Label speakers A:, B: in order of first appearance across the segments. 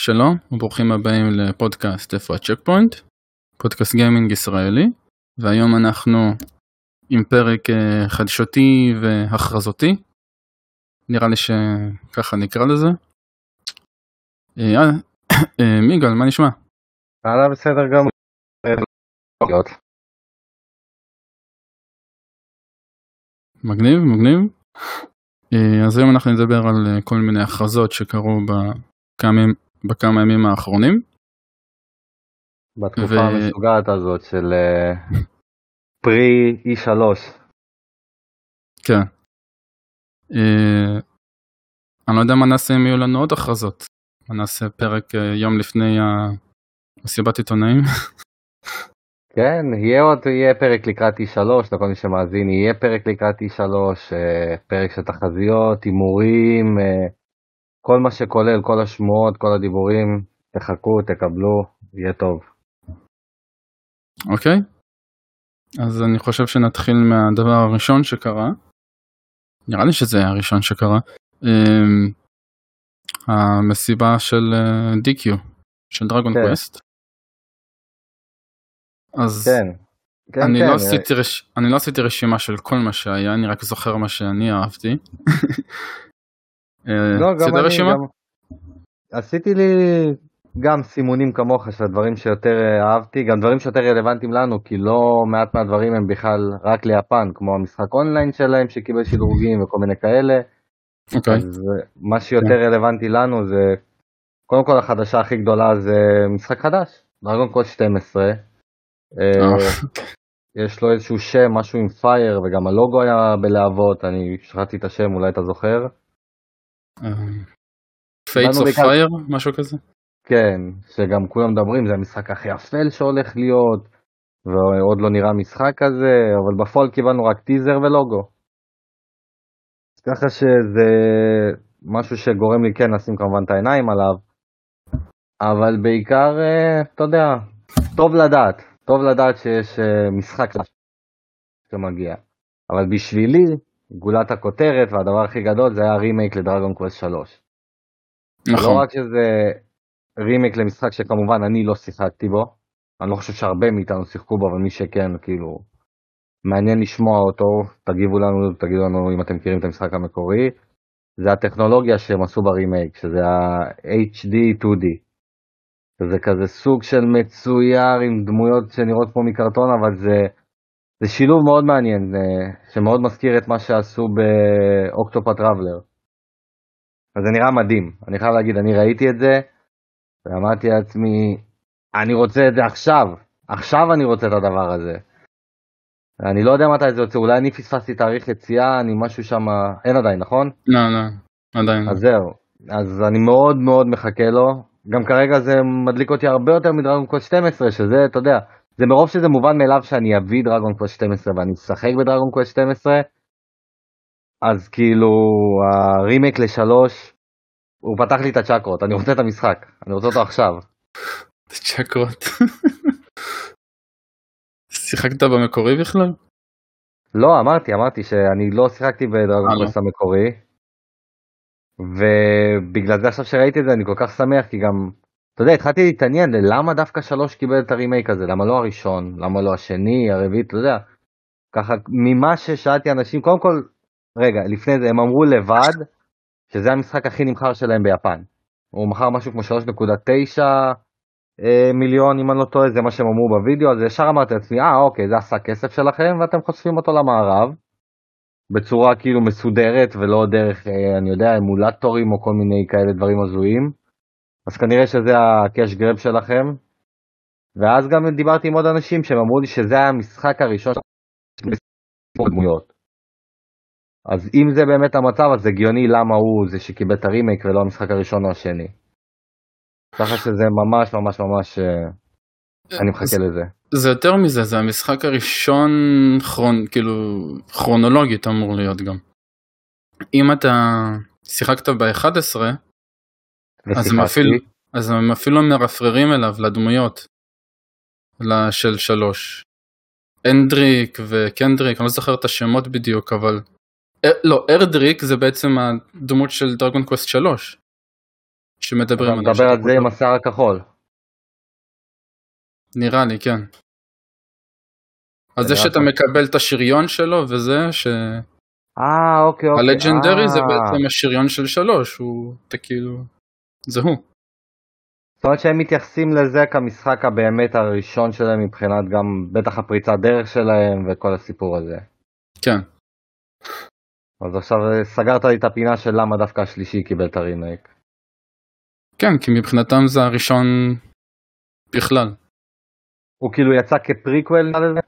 A: שלום וברוכים הבאים לפודקאסט איפה הצ'ק פוינט, פודקאסט גיימינג ישראלי, והיום אנחנו עם פרק חדשותי והכרזותי, נראה לי שככה נקרא לזה. מיגל, מה נשמע?
B: בסדר גם.
A: מגניב. אז היום אנחנו נדבר על כל מיני הכרזות שקרו בכמה ימים האחרונים.
B: בתקופה המשוגעת הזאת של פרי E3. כן.
A: אני לא יודע מה נעשה אם יהיו לנו עוד הכרזות. נעשה פרק יום לפני מסיבת עיתונאים.
B: כן, יהיה פרק לקראת E3, לכל מי שמאזין, יהיה פרק לקראת E3, פרק של תחזיות, הימורים, כל מה שכולל, כל השמועות, כל הדיבורים, תחכו, תקבלו, יהיה טוב.
A: אוקיי, אז אני חושב שנתחיל מהדבר הראשון שקרה. נראה לי שזה היה הראשון שקרה. המסיבה של DQ, של דרגון קווסט. אז אני לא עשיתי רשימה של כל מה שהיה, אני רק זוכר מה שאני אהבתי.
B: עשית רשימה? עשיתי לי גם סימונים כמוך של הדברים שיותר אהבתי, גם דברים שיותר רלוונטיים לנו, כי לא מעט מהדברים הם בכלל רק ליפן, כמו המשחק אונליין שלהם שקיבל שדרוגים וכל מיני כאלה. אז מה שיותר רלוונטי לנו זה, קודם כל החדשה הכי גדולה זה משחק חדש, דרגון קווסט 12. יש לו איזשהו שם, משהו עם פייר, וגם הלוגו היה בלהבות, אני שכחתי את השם, אולי אתה זוכר?
A: Fates of Fire, משהו כזה?
B: כן, שגם כולם מדברים, זה המשחק הכי אפל שהולך להיות, ועוד לא נראה משחק כזה, אבל בפועל קיבלנו רק טיזר ולוגו. ככה שזה משהו שגורם לי כן לשים כמובן את העיניים עליו, אבל בעיקר, אתה יודע, טוב לדעת שיש משחק שמגיע. אבל בשבילי, גולת הכותרת והדבר הכי גדול זה היה רימייק לדרגון קווסט 3. נכון. לא רק שזה רימייק למשחק שכמובן אני לא שיחקתי בו, אני לא חושב שהרבה מאיתנו שיחקו בו, אבל מי שכן, כאילו, מעניין לשמוע אותו, תגידו לנו אם אתם מכירים את המשחק המקורי. זה הטכנולוגיה שהם עשו ברימייק, שזה ה-HD 2D. זה כזה סוג של מצויר עם דמויות שנראות כמו מקרטון, אבל זה שילוב מאוד מעניין, שמאוד מזכיר את מה שעשו באוקטופאט טראבלר. אז זה נראה מדהים, אני חייב להגיד, אני ראיתי את זה, ואמרתי לעצמי, אני רוצה את זה עכשיו אני רוצה את הדבר הזה. אני לא יודע מתי זה יוצא, אולי אני פספסתי תאריך יציאה, אני משהו שם, אין עדיין, נכון?
A: לא, עדיין.
B: אז זהו, אז אני מאוד מאוד מחכה לו, גם כרגע זה מדליק אותי הרבה יותר מדרגון קווסט 12, שזה, אתה יודע, זה מרוב שזה מובן מאליו שאני אביא דרגון קווסט 12 ואני אשחק בדרגון קווסט 12, אז כאילו הרימייק ל3, הוא פתח לי את הצ'קרות, אני רוצה את המשחק, אני רוצה אותו עכשיו.
A: צ'קרות. שיחקת במקורי בכלל?
B: לא, אמרתי שאני לא שיחקתי בדרגון קווסט המקורי, ובגלל זה עכשיו שראיתי את זה אני כל כך שמח, כי גם, אתה יודע, התחלתי להתעניין למה דווקא 3 קיבל את הרימייק הזה, למה לא הראשון, למה לא השני, הרביעי, אתה יודע, ככה ממה ששאלתי אנשים, קודם כל, רגע, לפני זה הם אמרו לבד, שזה המשחק הכי נמכר שלהם ביפן, הוא מכר משהו כמו 3.9 מיליון, אם אני לא טועה, זה מה שהם אמרו בווידאו, אז ישר אמרתי לעצמי, אוקיי, זה עשה כסף שלכם, ואתם חושפים אותו למערב, בצורה כאילו מסודרת, ולא דרך, אני יודע, אמולטורים, או כל מיני כאלה דברים הזויים, אז כנראה שזה הקאש גרב שלכם, ואז גם דיברתי עם עוד אנשים, שהם אמרו לי שזה המשחק הראשון, דמויות. אז אם זה באמת המצב, אז זה הגיוני למה הוא זה שקיבל את הרימייק, ולא המשחק הראשון או השני. ככה שזה ממש, אני מחכה לזה.
A: זה יותר מזה, זה המשחק הראשון כאילו כרונולוגית אמור להיות גם. אם אתה שיחקת ב-11, אז הם אפילו מרפררים אליו לדמויות של 3. אנדריק וקנדריק, אני לא זוכר את השמות בדיוק, אבל לא, ארדריק זה בעצם הדמות של דרגון קווסט 3. שמדברים
B: אתה מדבר על זה עם השיער הכחול.
A: נראה לי, כן. אז זה שאתה מקבל את השריון שלו וזה,
B: אוקיי.
A: הלג'נדרי זה בעצם השריון של 3, אתה כאילו, זה הוא.
B: זאת אומרת שהם מתייחסים לזה כמשחק הבאמת הראשון שלהם מבחינת גם בטח הפריצת דרך שלהם וכל הסיפור הזה.
A: כן.
B: אז עכשיו סגרת לי את הפינה של למה דווקא השלישי קיבל את הרימייק.
A: כן, כי מבחינתם זה הראשון בכלל.
B: הוא כאילו יצא כפריקוול לזה?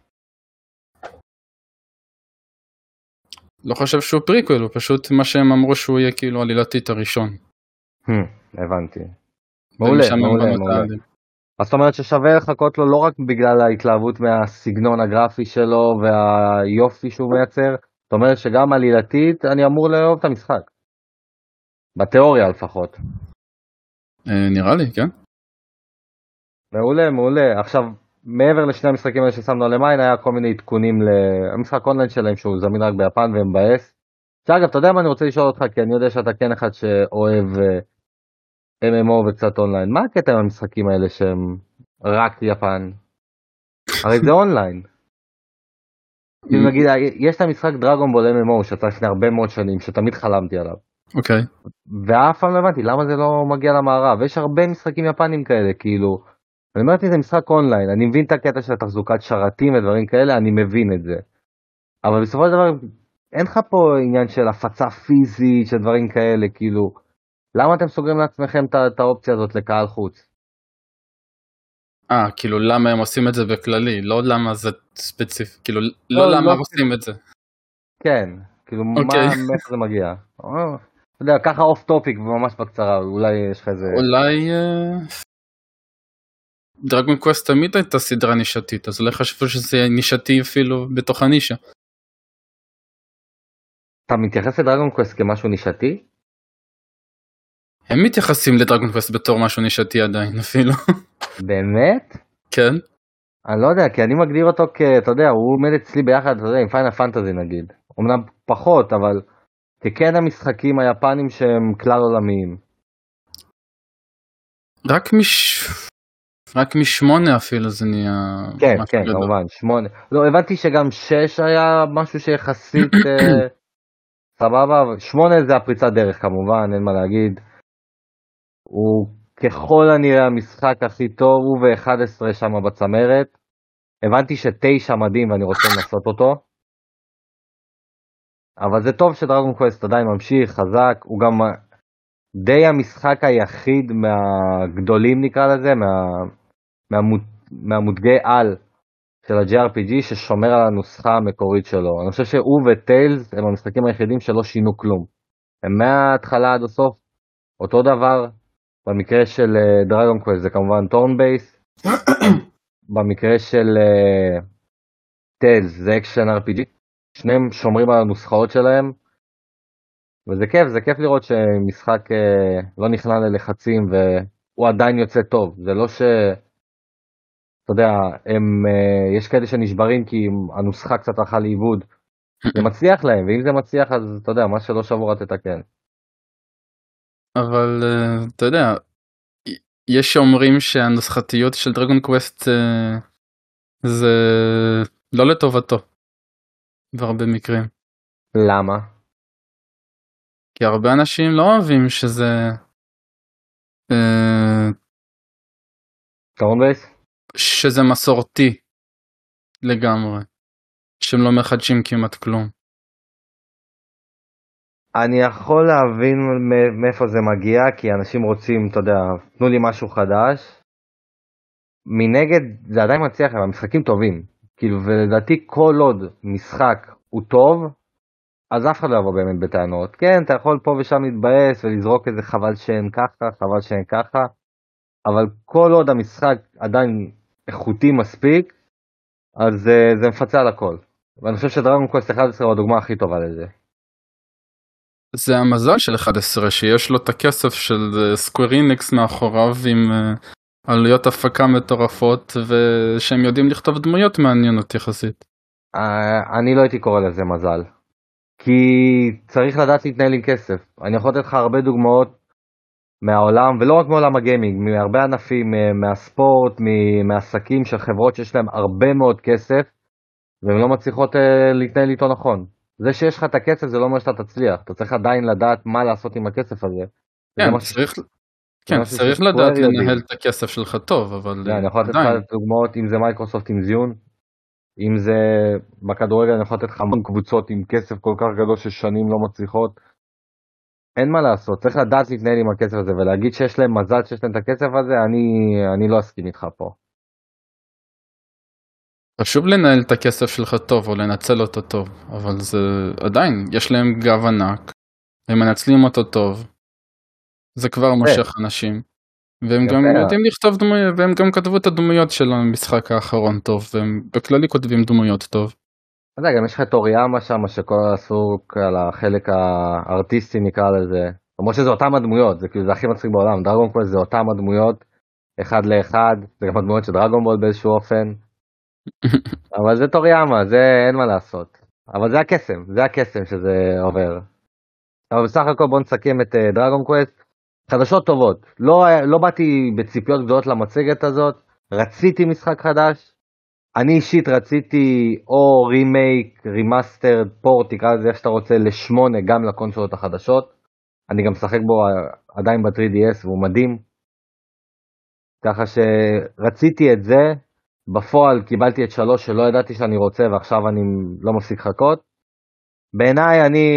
A: לא חושב שהוא פריקוול, הוא פשוט מה שהם אמרו שהוא יהיה כאילו עלילתית הראשון.
B: הבנתי. מעולה. אז זאת אומרת ששווה לחכות לו לא רק בגלל ההתלהבות מהסגנון הגרפי שלו והיופי שהוא מייצר, זאת אומרת שגם עלילתית אני אמור לאהוב את המשחק. בתיאוריה לפחות.
A: נראה לי, כן.
B: מעולה. עכשיו, מעבר לשני המשחקים האלה ששמנו על המיין, היה כל מיני עדכונים למשחק אונליין שלהם שהוא זמין רק ביפן והם מבאס. שאגב, אתה יודע מה אני רוצה לשאול אותך, כי אני יודע שאתה כן אחד שאוהב MMO וקצת אונליין. מה הקטע עם המשחקים האלה שהם רק יפן? הרי זה אונליין. כאילו נגיד, יש את המשחק דרגון בול MMO שיצא לפני הרבה מאוד שנים, שתמיד חלמתי עליו.
A: אוקיי.
B: ואף פעם לא הבנתי למה זה לא מגיע למערב. יש הרבה משחקים יפנים כאלה, כאילו, אני אומרת לי זה משחק אונליין, אני מבין את הקטע של תחזוקת שרתים ודברים כאלה, אני מבין את זה. אבל בסופו של דבר, אין לך פה עניין של הפצה פיזית, של דברים כאלה, כאילו, למה אתם סוגרים לעצמכם את האופציה הזאת לקהל חוץ?
A: כאילו למה הם עושים את זה בכללי, לא למה זה ספציפי, כאילו לא למה עושים את זה.
B: כן, כאילו מאיפה זה מגיע? אתה יודע, ככה אוף טופיק וממש בקצרה, אולי יש לך איזה...
A: אולי דרגון קווסט תמיד הייתה סדרה נישתית, אז אולי חשבו שזה נישתי אפילו בתוך הנישה.
B: אתה מתייחס לדרגון קווסט כמשהו נישתי?
A: הם מתייחסים לדרגון קווסט בתור משהו נישתי עדיין אפילו.
B: באמת?
A: כן.
B: אני לא יודע, כי אני מגדיר אותו אתה יודע, הוא עומד אצלי ביחד, אתה יודע, עם פיינל פנטזי נגיד. אמנם פחות, אבל ככן המשחקים היפנים שהם כלל עולמיים.
A: רק מ8 אפילו זה נהיה...
B: כן, כמובן, 8. לא, הבנתי שגם 6 היה משהו שיחסית סבבה, 8 זה הפריצת דרך כמובן, אין מה להגיד. הוא ככל הנראה המשחק הכי טוב, הוא ו-11 שם בצמרת. הבנתי ש9 מדהים ואני רוצה לנסות אותו. אבל זה טוב שדרגון קווסט עדיין ממשיך, חזק, הוא גם די המשחק היחיד מהגדולים נקרא לזה, מהמותגי על של ה-JRPG ששומר על הנוסחה המקורית שלו. אני חושב שהוא וטיילס הם המשחקים היחידים שלא שינו כלום. הם מההתחלה עד הסוף אותו דבר. במקרה של דרגון קווסט זה כמובן טורן בייס. במקרה של טיילס זה אקשן RPG. שניהם שומרים על הנוסחאות שלהם. וזה כיף, זה כיף לראות שמשחק לא נכנע ללחצים והוא עדיין יוצא טוב. זה לא ש... אתה יודע, יש כאלה שנשברים כי הנוסחה קצת הלכה לאיבוד. זה מצליח להם, ואם זה מצליח אז אתה יודע, מה שלא שבור את תתקן.
A: אבל אתה יודע, יש שאומרים שהנוסחתיות של דרגון קווסט זה לא לטובתו. בהרבה מקרים.
B: למה?
A: כי הרבה אנשים לא אוהבים שזה...
B: טורן בייס?
A: שזה מסורתי לגמרי. שהם לא מחדשים כמעט כלום.
B: אני יכול להבין מאיפה זה מגיע, כי אנשים רוצים, אתה יודע, תנו לי משהו חדש. מנגד, זה עדיין מצליח, המשחקים טובים. כאילו, ולדעתי כל עוד משחק הוא טוב, אז אף אחד לא יבוא באמת בטענות. כן, אתה יכול פה ושם להתבאס ולזרוק איזה חבל שאין ככה, חבל שאין ככה, אבל כל עוד המשחק עדיין איכותי מספיק, אז זה מפצה על הכל. ואני חושב שדרגון קווסט 11 הוא הדוגמה הכי טובה לזה.
A: זה המזל של 11 שיש לו את הכסף של סקוור איניקס מאחוריו עם עלויות הפקה מטורפות ושהם יודעים לכתוב דמויות מעניינות יחסית.
B: אני לא הייתי קורא לזה מזל. כי צריך לדעת להתנהל עם כסף. אני יכול לתת לך הרבה דוגמאות מהעולם, ולא רק מעולם הגיימינג, מהרבה ענפים, מהספורט, מעסקים של חברות שיש להם הרבה מאוד כסף, והן לא מצליחות להתנהל איתו נכון. זה שיש לך את הכסף זה לא אומר שאתה תצליח, אתה צריך עדיין לדעת מה לעשות עם הכסף הזה.
A: כן, צריך לדעת לנהל את הכסף שלך טוב, אבל
B: אני יכול לתת לך דוגמאות, אם זה מייקרוסופט עם זיון, אם זה בכדורגל, אני יכול לתת לך המון קבוצות עם כסף כל כך גדול ששנים לא מצליחות. אין מה לעשות, צריך לדעת להתנהל עם הכסף הזה, ולהגיד שיש להם מזל שיש להם את הכסף הזה, אני לא אסכים איתך פה.
A: חשוב לנהל את הכסף שלך טוב, או לנצל אותו טוב, אבל זה עדיין, יש להם גב ענק, הם מנצלים אותו טוב, זה כבר מושך אנשים, והם גם יודעים לכתוב דמויות, והם גם כתבו את הדמויות של המשחק האחרון טוב, והם בכללי כותבים דמויות טוב.
B: אתה יודע, גם יש לך את אוריאמה שם, שכל עסוק על החלק הארטיסטי נקרא לזה, למרות שזה אותם הדמויות, זה כאילו זה הכי מצחיק בעולם, דרגון קווסט זה אותם הדמויות, אחד לאחד, זה גם הדמויות של דרגון בול באיזשהו אופן, אבל זה טוריאמה, זה אין מה לעשות, אבל זה הקסם שזה עובר. אבל בסך הכל בוא נסכם את דרגון קווסט, חדשות טובות, לא באתי בציפיות גדולות למצגת הזאת, רציתי משחק חדש, אני אישית רציתי או רימייק, רימאסטר, פורט, תקרא לזה איך שאתה רוצה, ל8 גם לקונסולות החדשות. אני גם משחק בו עדיין ב-3DS והוא מדהים. ככה שרציתי את זה, בפועל קיבלתי את 3 שלא ידעתי שאני רוצה ועכשיו אני לא מפסיק לחכות. בעיניי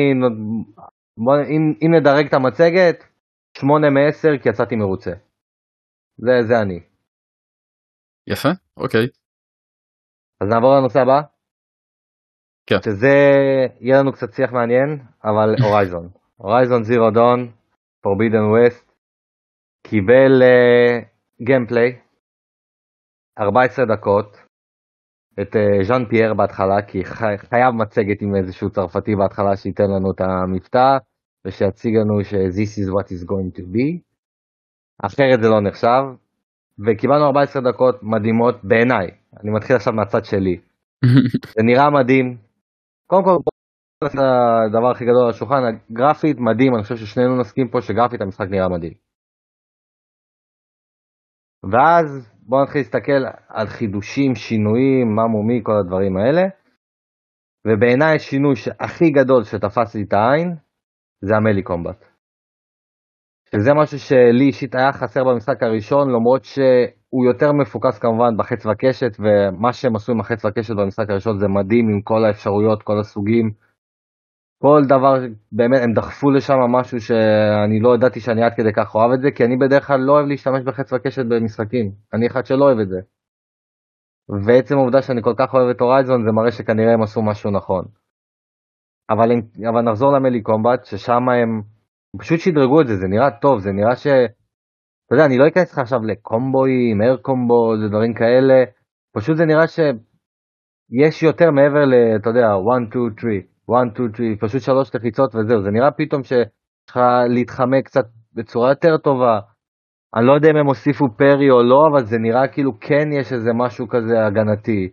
B: אם נדרג את המצגת, 8 מ-10 כי יצאתי מרוצה. זה אני.
A: יפה, אוקיי.
B: אז נעבור לנושא הבא.
A: כן.
B: שזה, יהיה לנו קצת שיח מעניין, אבל הורייזון זירו דון, Forbidden West, קיבל גיימפליי, 14 דקות, את ז'אן פייר בהתחלה, כי חייב מצגת עם איזשהו צרפתי בהתחלה שייתן לנו את המבטא, ושיציג לנו ש-This is what is going to be, אחרת זה לא נחשב, וקיבלנו 14 דקות מדהימות בעיניי, אני מתחיל עכשיו מהצד שלי, זה נראה מדהים, קודם כל בוא נעשה את הדבר הכי גדול על השולחן, גרפית מדהים, אני חושב ששנינו נסכים פה שגרפית המשחק נראה מדהים. ואז בוא נתחיל להסתכל על חידושים, שינויים, מה מומי, כל הדברים האלה, ובעיניי השינוי הכי גדול שתפס לי את העין, זה המלי קומבט. שזה משהו שלי אישית היה חסר במשחק הראשון, למרות שהוא יותר מפוקס כמובן בחץ וקשת, ומה שהם עשו עם החץ וקשת במשחק הראשון זה מדהים עם כל האפשרויות, כל הסוגים, כל דבר, באמת הם דחפו לשם משהו שאני לא ידעתי שאני עד כדי כך אוהב את זה, כי אני בדרך כלל לא אוהב להשתמש בחץ וקשת במשחקים, אני אחד שלא אוהב את זה. ועצם העובדה שאני כל כך אוהב את הורייזון זה מראה שכנראה הם עשו משהו נכון. אבל נחזור למלי קומבט, ששם הם פשוט שדרגו את זה, זה נראה טוב, זה נראה אתה יודע, אני לא אכנס לך עכשיו לקומבואים, אר קומבו, זה דברים כאלה, פשוט זה נראה שיש יותר מעבר אתה יודע, 1, 2, 3, פשוט 3 לחיצות וזהו, זה נראה פתאום שצריך להתחמק קצת בצורה יותר טובה, אני לא יודע אם הם הוסיפו פרי או לא, אבל זה נראה כאילו כן יש איזה משהו כזה הגנתי.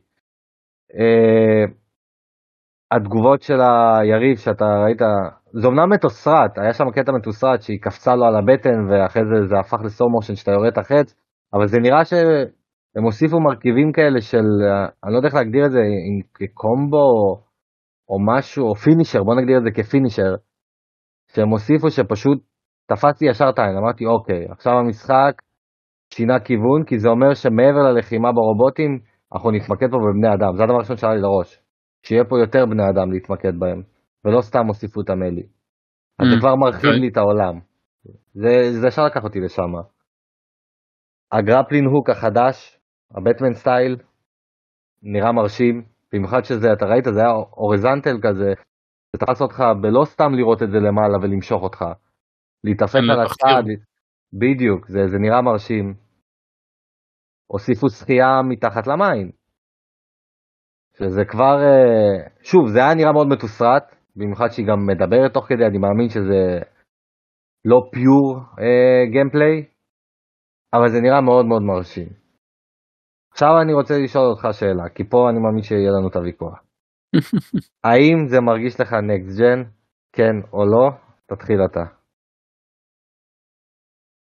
B: התגובות של היריב שאתה ראית, זה אומנם מתוסרט, היה שם קטע מתוסרט שהיא קפצה לו על הבטן ואחרי זה הפך לסלואו מושן שאתה יורד את החץ, אבל זה נראה שהם הוסיפו מרכיבים כאלה של, אני לא יודע איך להגדיר את זה, כקומבו או משהו, או פינישר, בוא נגדיר את זה כפינישר, שהם הוסיפו שפשוט תפסתי ישר את העין, אמרתי אוקיי, עכשיו המשחק שינה כיוון, כי זה אומר שמעבר ללחימה ברובוטים, אנחנו נתמקד פה בבני אדם, זה הדבר הראשון שעלה לי לראש. שיהיה פה יותר בני אדם להתמקד בהם, ולא סתם הוסיפו את המלי. אז זה כבר מרחיב לי את העולם. זה אפשר לקח אותי לשם. הגרפלין הוק החדש, הבטמן סטייל, נראה מרשים, במיוחד שזה, אתה ראית, זה היה אורזנטל כזה, זה תפס אותך בלא סתם לראות את זה למעלה ולמשוך אותך. להתאפק על הצד, בדיוק, זה נראה מרשים. הוסיפו שחייה מתחת למים. שזה כבר, שוב, זה היה נראה מאוד מתוסרט, במיוחד שהיא גם מדברת תוך כדי, אני מאמין שזה לא פיור גיימפליי, אבל זה נראה מאוד מאוד מרשים. עכשיו אני רוצה לשאול אותך שאלה, כי פה אני מאמין שיהיה לנו את הוויכוח. האם זה מרגיש לך נקסט ג'ן, כן או לא? תתחיל אתה.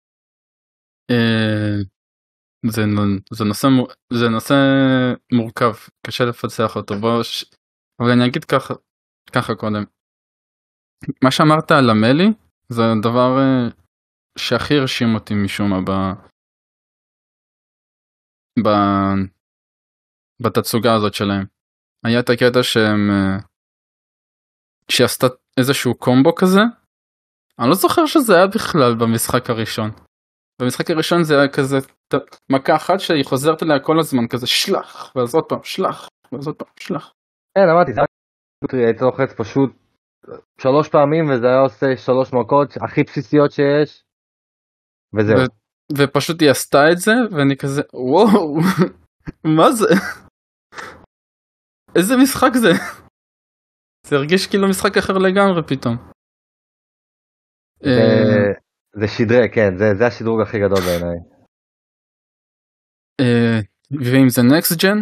A: זה נושא מורכב, קשה לפצח אותו, אבל אני אגיד ככה קודם. מה שאמרת על המלי, זה הדבר שהכי הרשים אותי משום מה בתצוגה הזאת שלהם. היה את הקטע שעשתה איזשהו קומבו כזה, אני לא זוכר שזה היה בכלל במשחק הראשון. במשחק הראשון זה היה כזה מכה אחת שהיא חוזרת אליה כל הזמן, כזה שלח, ואז עוד פעם שלח, ואז עוד פעם שלח.
B: כן, אמרתי, היית לוחץ פשוט 3 פעמים וזה היה עושה 3 מכות הכי בסיסיות שיש, וזהו.
A: ופשוט היא עשתה את זה, ואני כזה, וואו, מה זה? איזה משחק זה? זה הרגיש כאילו משחק אחר לגמרי פתאום.
B: זה שדרג, כן, זה השדרוג הכי גדול בעיניי.
A: ואם זה נקסט ג'ן,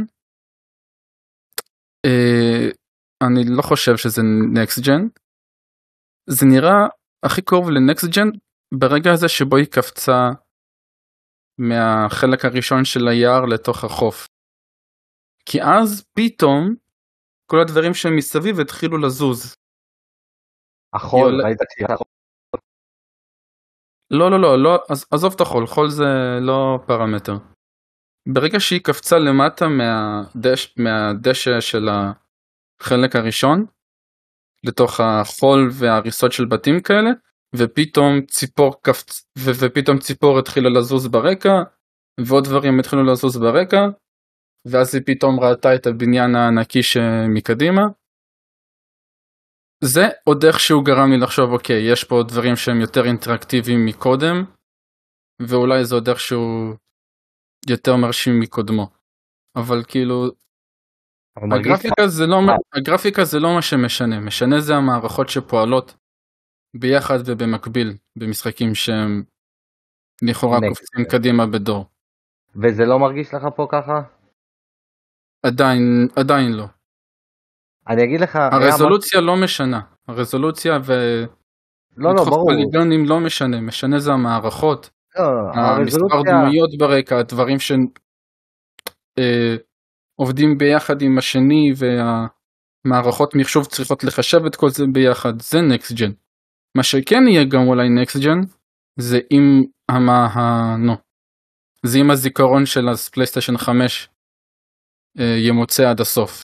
A: אני לא חושב שזה נקסט ג'ן. זה נראה הכי קרוב לנקסט ג'ן ברגע הזה שבו היא קפצה מהחלק הראשון של היער לתוך החוף. כי אז פתאום כל הדברים שהם מסביב התחילו לזוז.
B: החול, ראית תהיה החול?
A: לא, עזוב את החול, חול זה לא פרמטר. ברגע שהיא קפצה למטה מהדשא של החלק הראשון, לתוך החול והריסות של בתים כאלה, ופתאום ציפור התחילה לזוז ברקע, ועוד דברים התחילו לזוז ברקע, ואז היא פתאום ראתה את הבניין הענקי שמקדימה. זה עוד איכשהו גרם לי לחשוב, אוקיי, יש פה דברים שהם יותר אינטראקטיביים מקודם, ואולי זה עוד איכשהו יותר מרשים מקודמו. אבל כאילו, הגרפיקה זה לא מה שמשנה. משנה זה המערכות שפועלות ביחד ובמקביל, במשחקים שהם לכאורה קופצים קדימה בדור.
B: וזה לא מרגיש לך פה ככה?
A: עדיין לא.
B: אני אגיד לך,
A: הרזולוציה לא משנה. הרזולוציה
B: ברור.
A: פוליגונים לא משנה. משנה זה המערכות. המספר דמויות ברקע, הדברים שעובדים ביחד עם השני, והמערכות מחשוב צריכות לחשב את כל זה ביחד. זה נקסט ג'ן. מה שכן יהיה גם אולי נקסט ג'ן, זה אם הזיכרון של הפלייסטיישן 5 ימוצא עד הסוף.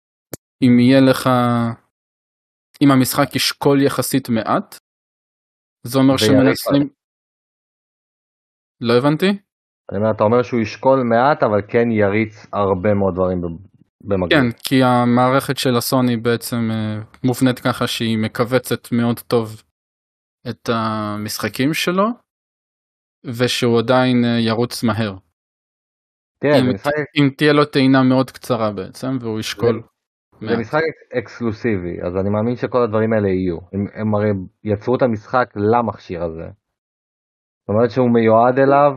A: אם המשחק ישקול יחסית מעט, זה אומר שמנסים... לא הבנתי?
B: אתה אומר שהוא ישקול מעט, אבל כן יריץ הרבה מאוד דברים במקביל.
A: כן, כי המערכת של הסוני בעצם מובנית ככה שהיא מקבצת מאוד טוב את המשחקים שלו, ושהוא עדיין ירוץ מהר. אם תהיה לו טעינה מאוד קצרה בעצם, והוא ישקול.
B: זה משחק אקסקלוסיבי, אז אני מאמין שכל הדברים האלה יהיו. הם הרי יצרו את המשחק למכשיר הזה. זאת אומרת שהוא מיועד אליו,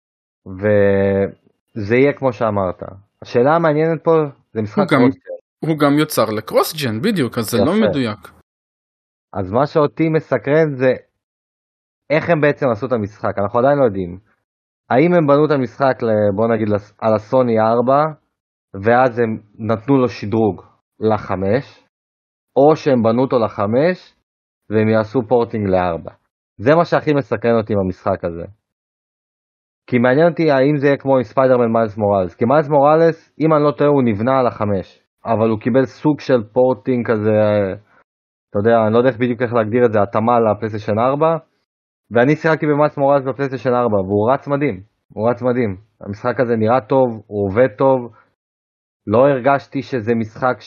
B: וזה יהיה כמו שאמרת. השאלה המעניינת פה, זה משחק קרוס-ג'ן.
A: הוא גם יוצר לקרוס-ג'ן, בדיוק, אז זה לא מדויק.
B: אז מה שאותי מסקרן זה, איך הם בעצם עשו את המשחק, אנחנו עדיין לא יודעים. האם הם בנו את המשחק, בוא נגיד, על הסוני 4, ואז הם נתנו לו שדרוג ל5, או שהם בנו אותו ל5, והם יעשו פורטינג ל4. זה מה שהכי מסקרן אותי עם המשחק הזה. כי מעניין אותי האם זה יהיה כמו עם ספיידרמן מיילס מוראלס. כי מיילס מוראלס, אם אני לא טועה, הוא נבנה על ה5, אבל הוא קיבל סוג של פורטינג כזה, אתה יודע, אני לא יודע בדיוק איך להגדיר את זה, התאמה לפלייסטיישן 4, ואני שיחקתי במיילס מוראלס בפלייסטיישן 4, והוא רץ מדהים, הוא רץ מדהים. המשחק הזה נראה טוב, הוא עובד טוב, לא הרגשתי שזה משחק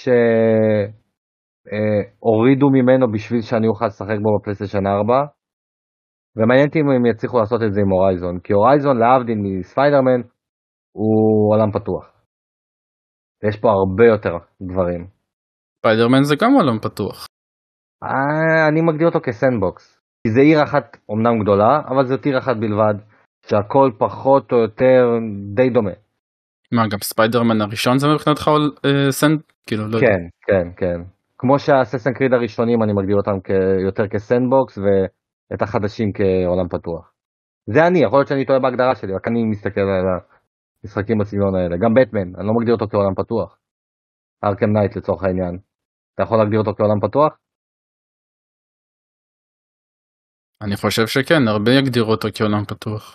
B: שהורידו ממנו בשביל שאני אוכל לשחק בו בפלייסטיישן 4, ומעניין אותי אם הם יצליחו לעשות את זה עם הורייזון, כי הורייזון להבדיל מספיידרמן הוא עולם פתוח. יש פה הרבה יותר דברים.
A: ספיידרמן זה גם עולם פתוח.
B: אני מגדיר אותו כסנדבוקס, כי זה עיר אחת אומנם גדולה, אבל זאת עיר אחת בלבד, שהכל פחות או יותר די דומה.
A: מה, גם ספיידרמן הראשון זה מבחינתך סנד? כאילו, לא יודע.
B: כן. כמו שהאססן קריד הראשונים אני מגדיר אותם יותר כסנדבוקס, ואת החדשים כעולם פתוח. זה אני, יכול להיות שאני טועה בהגדרה שלי, רק אני מסתכל על המשחקים בסגנון האלה. גם בטמן, אני לא מגדיר אותו כעולם פתוח. ארכם נייט לצורך העניין. אתה יכול להגדיר אותו כעולם פתוח?
A: אני חושב שכן, הרבה יגדירו אותו כעולם פתוח.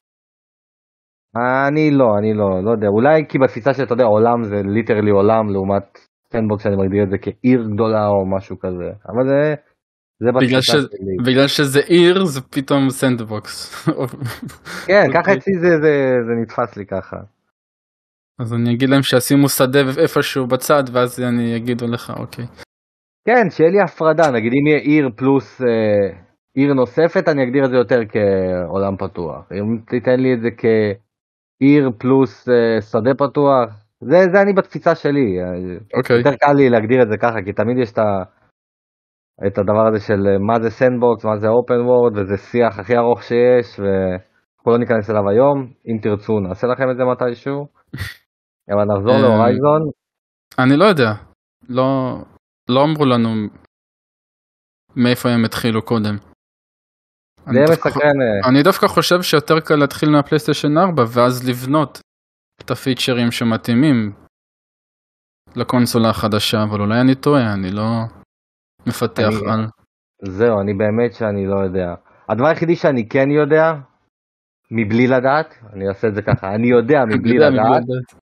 B: אני לא יודע. אולי כי בתפיסה שאתה יודע, עולם זה ליטרלי עולם, לעומת סנדבוקס שאני מגדיר את זה כעיר גדולה או משהו כזה. אבל זה בתפיסה שלי.
A: בגלל שזה עיר, זה פתאום סנדבוקס.
B: כן, ככה אצלי זה נתפס לי ככה.
A: אז אני אגיד להם שישימו שדה איפשהו בצד, ואז אני יגידו לך, אוקיי.
B: כן, שיהיה לי הפרדה, נגיד אם יהיה עיר פלוס עיר נוספת, אני אגדיר את זה יותר כעולם פתוח. אם תיתן לי את זה כעיר פלוס שדה פתוח, זה אני בתפיסה שלי.
A: אוקיי.
B: יותר קל לי להגדיר את זה ככה, כי תמיד יש את הדבר הזה של מה זה סנדבוקס, מה זה אופן וורד, וזה שיח הכי ארוך שיש, ואנחנו לא ניכנס אליו היום. אם תרצו, נעשה לכם את זה מתישהו. אבל נחזור להורייזון.
A: אני לא יודע. לא אמרו לנו מאיפה הם התחילו קודם. אני דווקא חושב שיותר קל להתחיל מהפלייסטיישן 4 ואז לבנות את הפיצ'רים שמתאימים לקונסולה החדשה, אבל אולי אני טועה, אני לא מפתח על...
B: זהו, אני באמת שאני לא יודע. הדבר היחידי שאני כן יודע, מבלי לדעת, אני אעשה את זה ככה, אני יודע מבלי לדעת,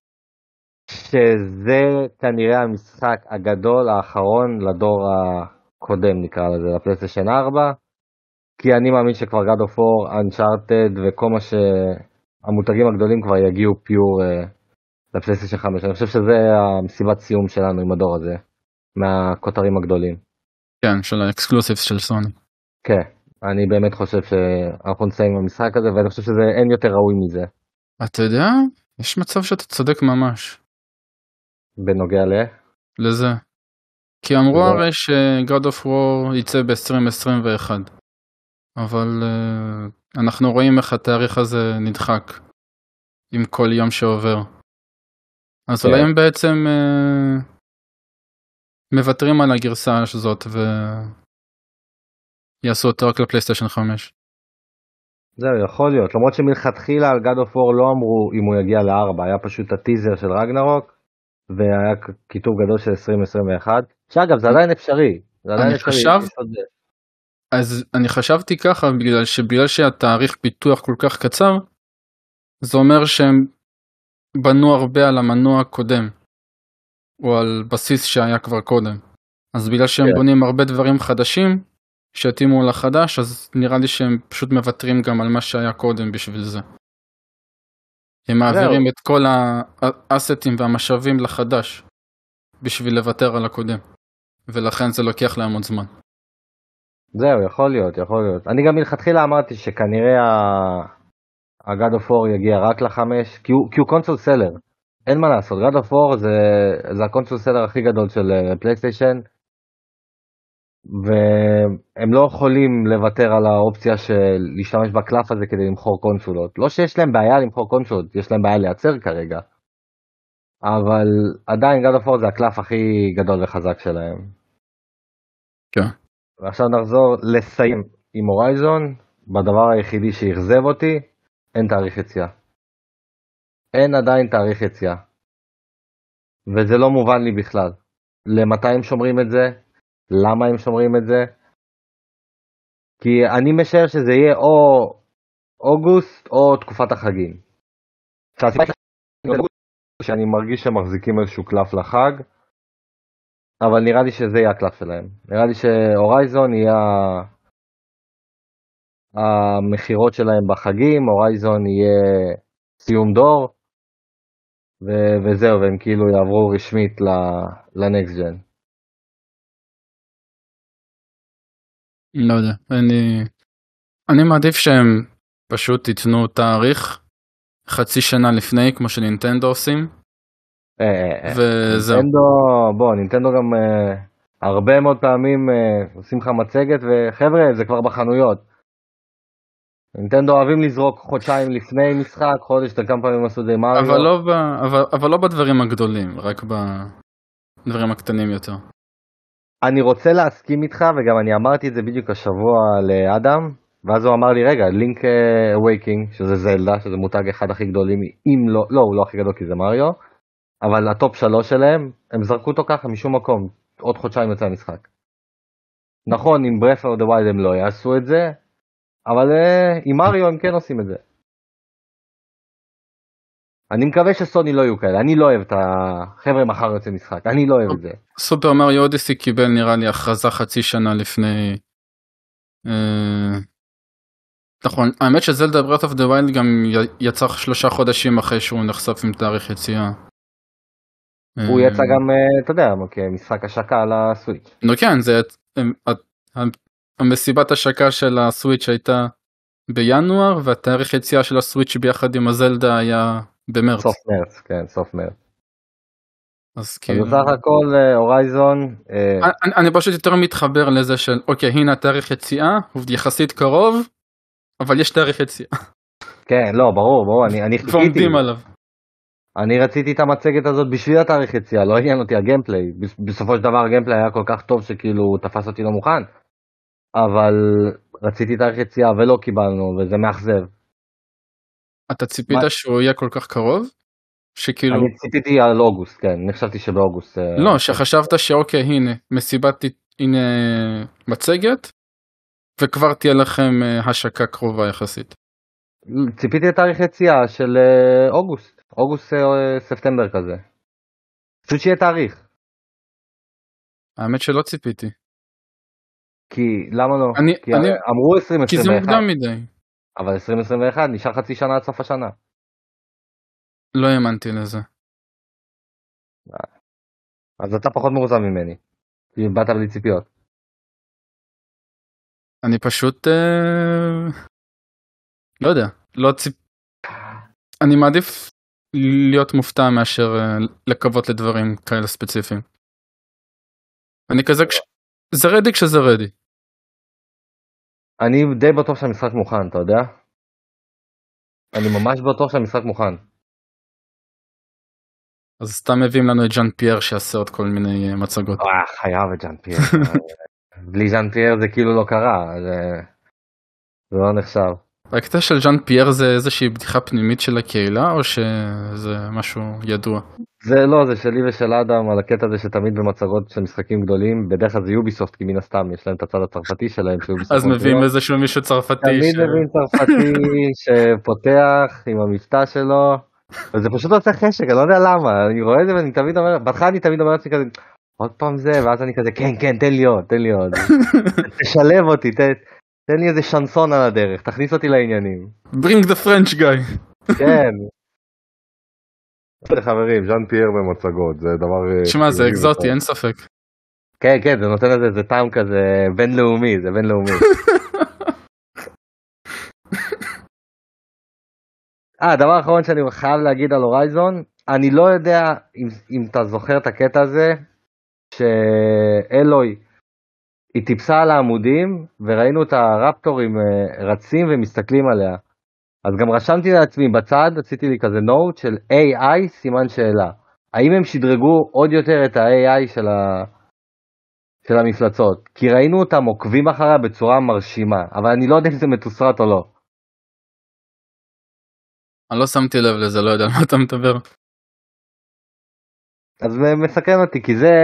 B: שזה כנראה המשחק הגדול האחרון לדור הקודם, נקרא לזה, לפלייסטיישן 4, כי אני מאמין שכבר God of War, Uncharted וכל מה שהמותגים הגדולים כבר יגיעו פיור לפלייסטיישן 5. אני חושב שזה המסיבת סיום שלנו עם הדור הזה, מהכותרים הגדולים.
A: כן, של האקסקלוסיבס של סוני.
B: כן, אני באמת חושב שאנחנו נסיים עם המשחק הזה, ואני חושב שזה אין יותר ראוי מזה.
A: אתה יודע, יש מצב שאתה צודק ממש.
B: בנוגע
A: לזה. כי אמרו הרי ש-God of War יצא ב-2021. אבל אנחנו רואים איך התאריך הזה נדחק עם כל יום שעובר. אז אולי הם בעצם מוותרים על הגרסה הזאת ויעשו אותה רק לפלייסטיישן 5.
B: זהו, יכול להיות. למרות שמלכתחילה על God of War לא אמרו אם הוא יגיע ל-4, היה פשוט הטיזר של רגנרוק, והיה כיתוב גדול של 2021. שאגב, זה עדיין אפשרי.
A: אז אני חשבתי ככה, בגלל שהתאריך פיתוח כל כך קצר, זה אומר שהם בנו הרבה על המנוע הקודם, או על בסיס שהיה כבר קודם. אז בגלל שהם בונים הרבה דברים חדשים, שהתאימו לחדש, אז נראה לי שהם פשוט מוותרים גם על מה שהיה קודם בשביל זה. הם מעבירים את כל האסטים והמשאבים לחדש, בשביל לוותר על הקודם. ולכן זה לוקח להם עוד זמן.
B: זהו, יכול להיות. אני גם מלכתחילה אמרתי שכנראה ה-God of War יגיע רק ל-5, כי הוא קונסול סלר. אין מה לעשות, God of War זה הקונסול סלר הכי גדול של פלייסטיישן, והם לא יכולים לוותר על האופציה של להשתמש בקלף הזה כדי למכור קונסולות. לא שיש להם בעיה למכור קונסולות, יש להם בעיה לייצר כרגע. אבל עדיין God of War זה הקלף הכי גדול וחזק שלהם.
A: כן.
B: ועכשיו נחזור לסיים עם הורייזון, בדבר היחידי שיחזב אותי, אין תאריך יציאה. אין עדיין תאריך יציאה. וזה לא מובן לי בכלל. למתי הם שומרים את זה? למה הם שומרים את זה? כי אני משער שזה יהיה או אוגוסט או תקופת החגים. שאני מרגיש שהם מחזיקים איזשהו קלף לחג, אבל נראה לי שזה יהיה הקלף שלהם. נראה לי שהורייזון יהיה המחירות שלהם בחגים, הורייזון יהיה סיום דור, וזהו, והם כאילו יעברו רשמית לנקסט ג'ן.
A: לא יודע, אני מעדיף שהם פשוט ייתנו תאריך חצי שנה לפני, כמו שנינטנדו עושים. וזהו.
B: נינטנדו גם הרבה מאוד פעמים עושים לך מצגת, וחבר'ה, זה כבר בחנויות. נינטנדו אוהבים לזרוק חודשיים לפני משחק, חודש, כמה פעמים עשו זה עם מריו.
A: אבל לא בדברים הגדולים, רק בדברים הקטנים יותר.
B: אני רוצה להסכים איתך, וגם אני אמרתי את זה בדיוק השבוע לאדם, ואז הוא אמר לי, רגע, לינק אווייקינג, שזה זלדה, שזה מותג אחד הכי גדולים, אם לא, לא, הוא לא הכי גדול כי זה מריו, אבל הטופ 3 שלהם, הם זרקו אותו ככה משום מקום, עוד חודשיים יוצא המשחק. נכון, עם Breath of the Wild הם לא יעשו את זה, אבל עם מריו הם כן עושים את זה. אני מקווה שסוני לא יהיו כאלה, אני לא אוהב את החבר'ה מחר יוצא משחק, אני לא אוהב את זה.
A: סופר מריו אודיסי קיבל נראה לי הכרזה חצי שנה לפני. נכון, האמת שזלדה Breath of the Wild גם יצא 3 חודשים אחרי שהוא נחשף עם תאריך יציאה.
B: הוא יצא גם, אתה יודע, כמשחק השקה על הסוויץ'.
A: נו כן, זה המסיבת השקה של הסוויץ' הייתה בינואר, והתאריך יציאה של הסוויץ' ביחד עם הזלדה היה במרץ.
B: סוף מרץ, כן, סוף מרץ.
A: אז כאילו...
B: בסך הכל הורייזון...
A: אני פשוט יותר מתחבר לזה של, אוקיי, הנה התאריך יציאה, הוא יחסית קרוב, אבל יש תאריך יציאה.
B: כן, לא, ברור, אני חיכיתי.
A: ועומדים עליו.
B: אני רציתי את המצגת הזאת בשביל התאריך יציאה, לא עניין אותי הגיימפליי. בסופו של דבר הגיימפליי היה כל כך טוב שכאילו הוא תפס אותי לא מוכן. אבל רציתי תאריך יציאה ולא קיבלנו, וזה מאכזב.
A: אתה ציפית שהוא יהיה כל כך קרוב? שכאילו...
B: אני ציפיתי על אוגוסט, כן, אני חשבתי שבאוגוסט...
A: לא, שחשבת שאוקיי, הנה, מסיבת, הנה מצגת, וכבר תהיה לכם השקה קרובה יחסית.
B: ציפיתי לתאריך יציאה של אוגוסט, ספטמבר כזה. פשוט שיהיה תאריך.
A: האמת שלא ציפיתי.
B: כי, למה לא? כי אמרו 2021.
A: כי זה מוקדם מדי.
B: אבל 2021 נשאר חצי שנה עד סוף השנה.
A: לא האמנתי לזה.
B: אז אתה פחות מרוצה ממני. כי באת בלי ציפיות.
A: אני פשוט... לא יודע. אני מעדיף להיות מופתע מאשר לקוות לדברים כאלה ספציפיים. אני כזה... זה רדי כשזה רדי.
B: אני די בטוח שהמשחק מוכן, אתה יודע? אני ממש בטוח שהמשחק מוכן.
A: אז סתם מביאים לנו את ז'אן פייר שיעשה עוד כל מיני מצגות.
B: חייב את ז'אן פייר. בלי ז'אן פייר זה כאילו לא קרה. זה לא נחשב.
A: הקטע של ז'אן פייר זה איזושהי בדיחה פנימית של הקהילה, או שזה משהו ידוע?
B: זה לא, זה שלי ושל אדם על הקטע הזה שתמיד במצגות של משחקים גדולים, בדרך כלל זה יוביסופט, כי מן הסתם יש להם את הצד הצרפתי שלהם.
A: אז מביאים איזשהו מישהו צרפתי.
B: תמיד מביאים צרפתי שפותח עם המבטא שלו, וזה פשוט עושה חשק, אני לא יודע למה, אני רואה את זה ואני תמיד אומר, בהתחלה אני תמיד אומר לעצמי כזה, עוד פעם זה, ואז אני כזה, כן, תן לי עוד, תשלב אותי, תן לי איזה שנסון על הדרך, תכניס אותי לעניינים.
A: Bring the French guy.
B: כן. חברים, ז'אן פייר במצגות, זה דבר...
A: שמע, זה אקזוטי, אין ספק.
B: כן, זה נותן איזה טעם כזה בינלאומי, זה בינלאומי. הדבר האחרון שאני חייב להגיד על הורייזון, אני לא יודע אם אתה זוכר את הקטע הזה, שאלוי, היא טיפסה על העמודים, וראינו את הרפטורים רצים ומסתכלים עליה. אז גם רשמתי לעצמי בצד, עשיתי לי כזה נוט של AI סימן שאלה. האם הם שדרגו עוד יותר את ה-AI של המפלצות? כי ראינו אותם עוקבים אחריה בצורה מרשימה, אבל אני לא יודע אם זה מתוסרט או לא.
A: אני לא שמתי לב לזה, לא יודע על מה אתה מדבר.
B: אז מסכן אותי, כי זה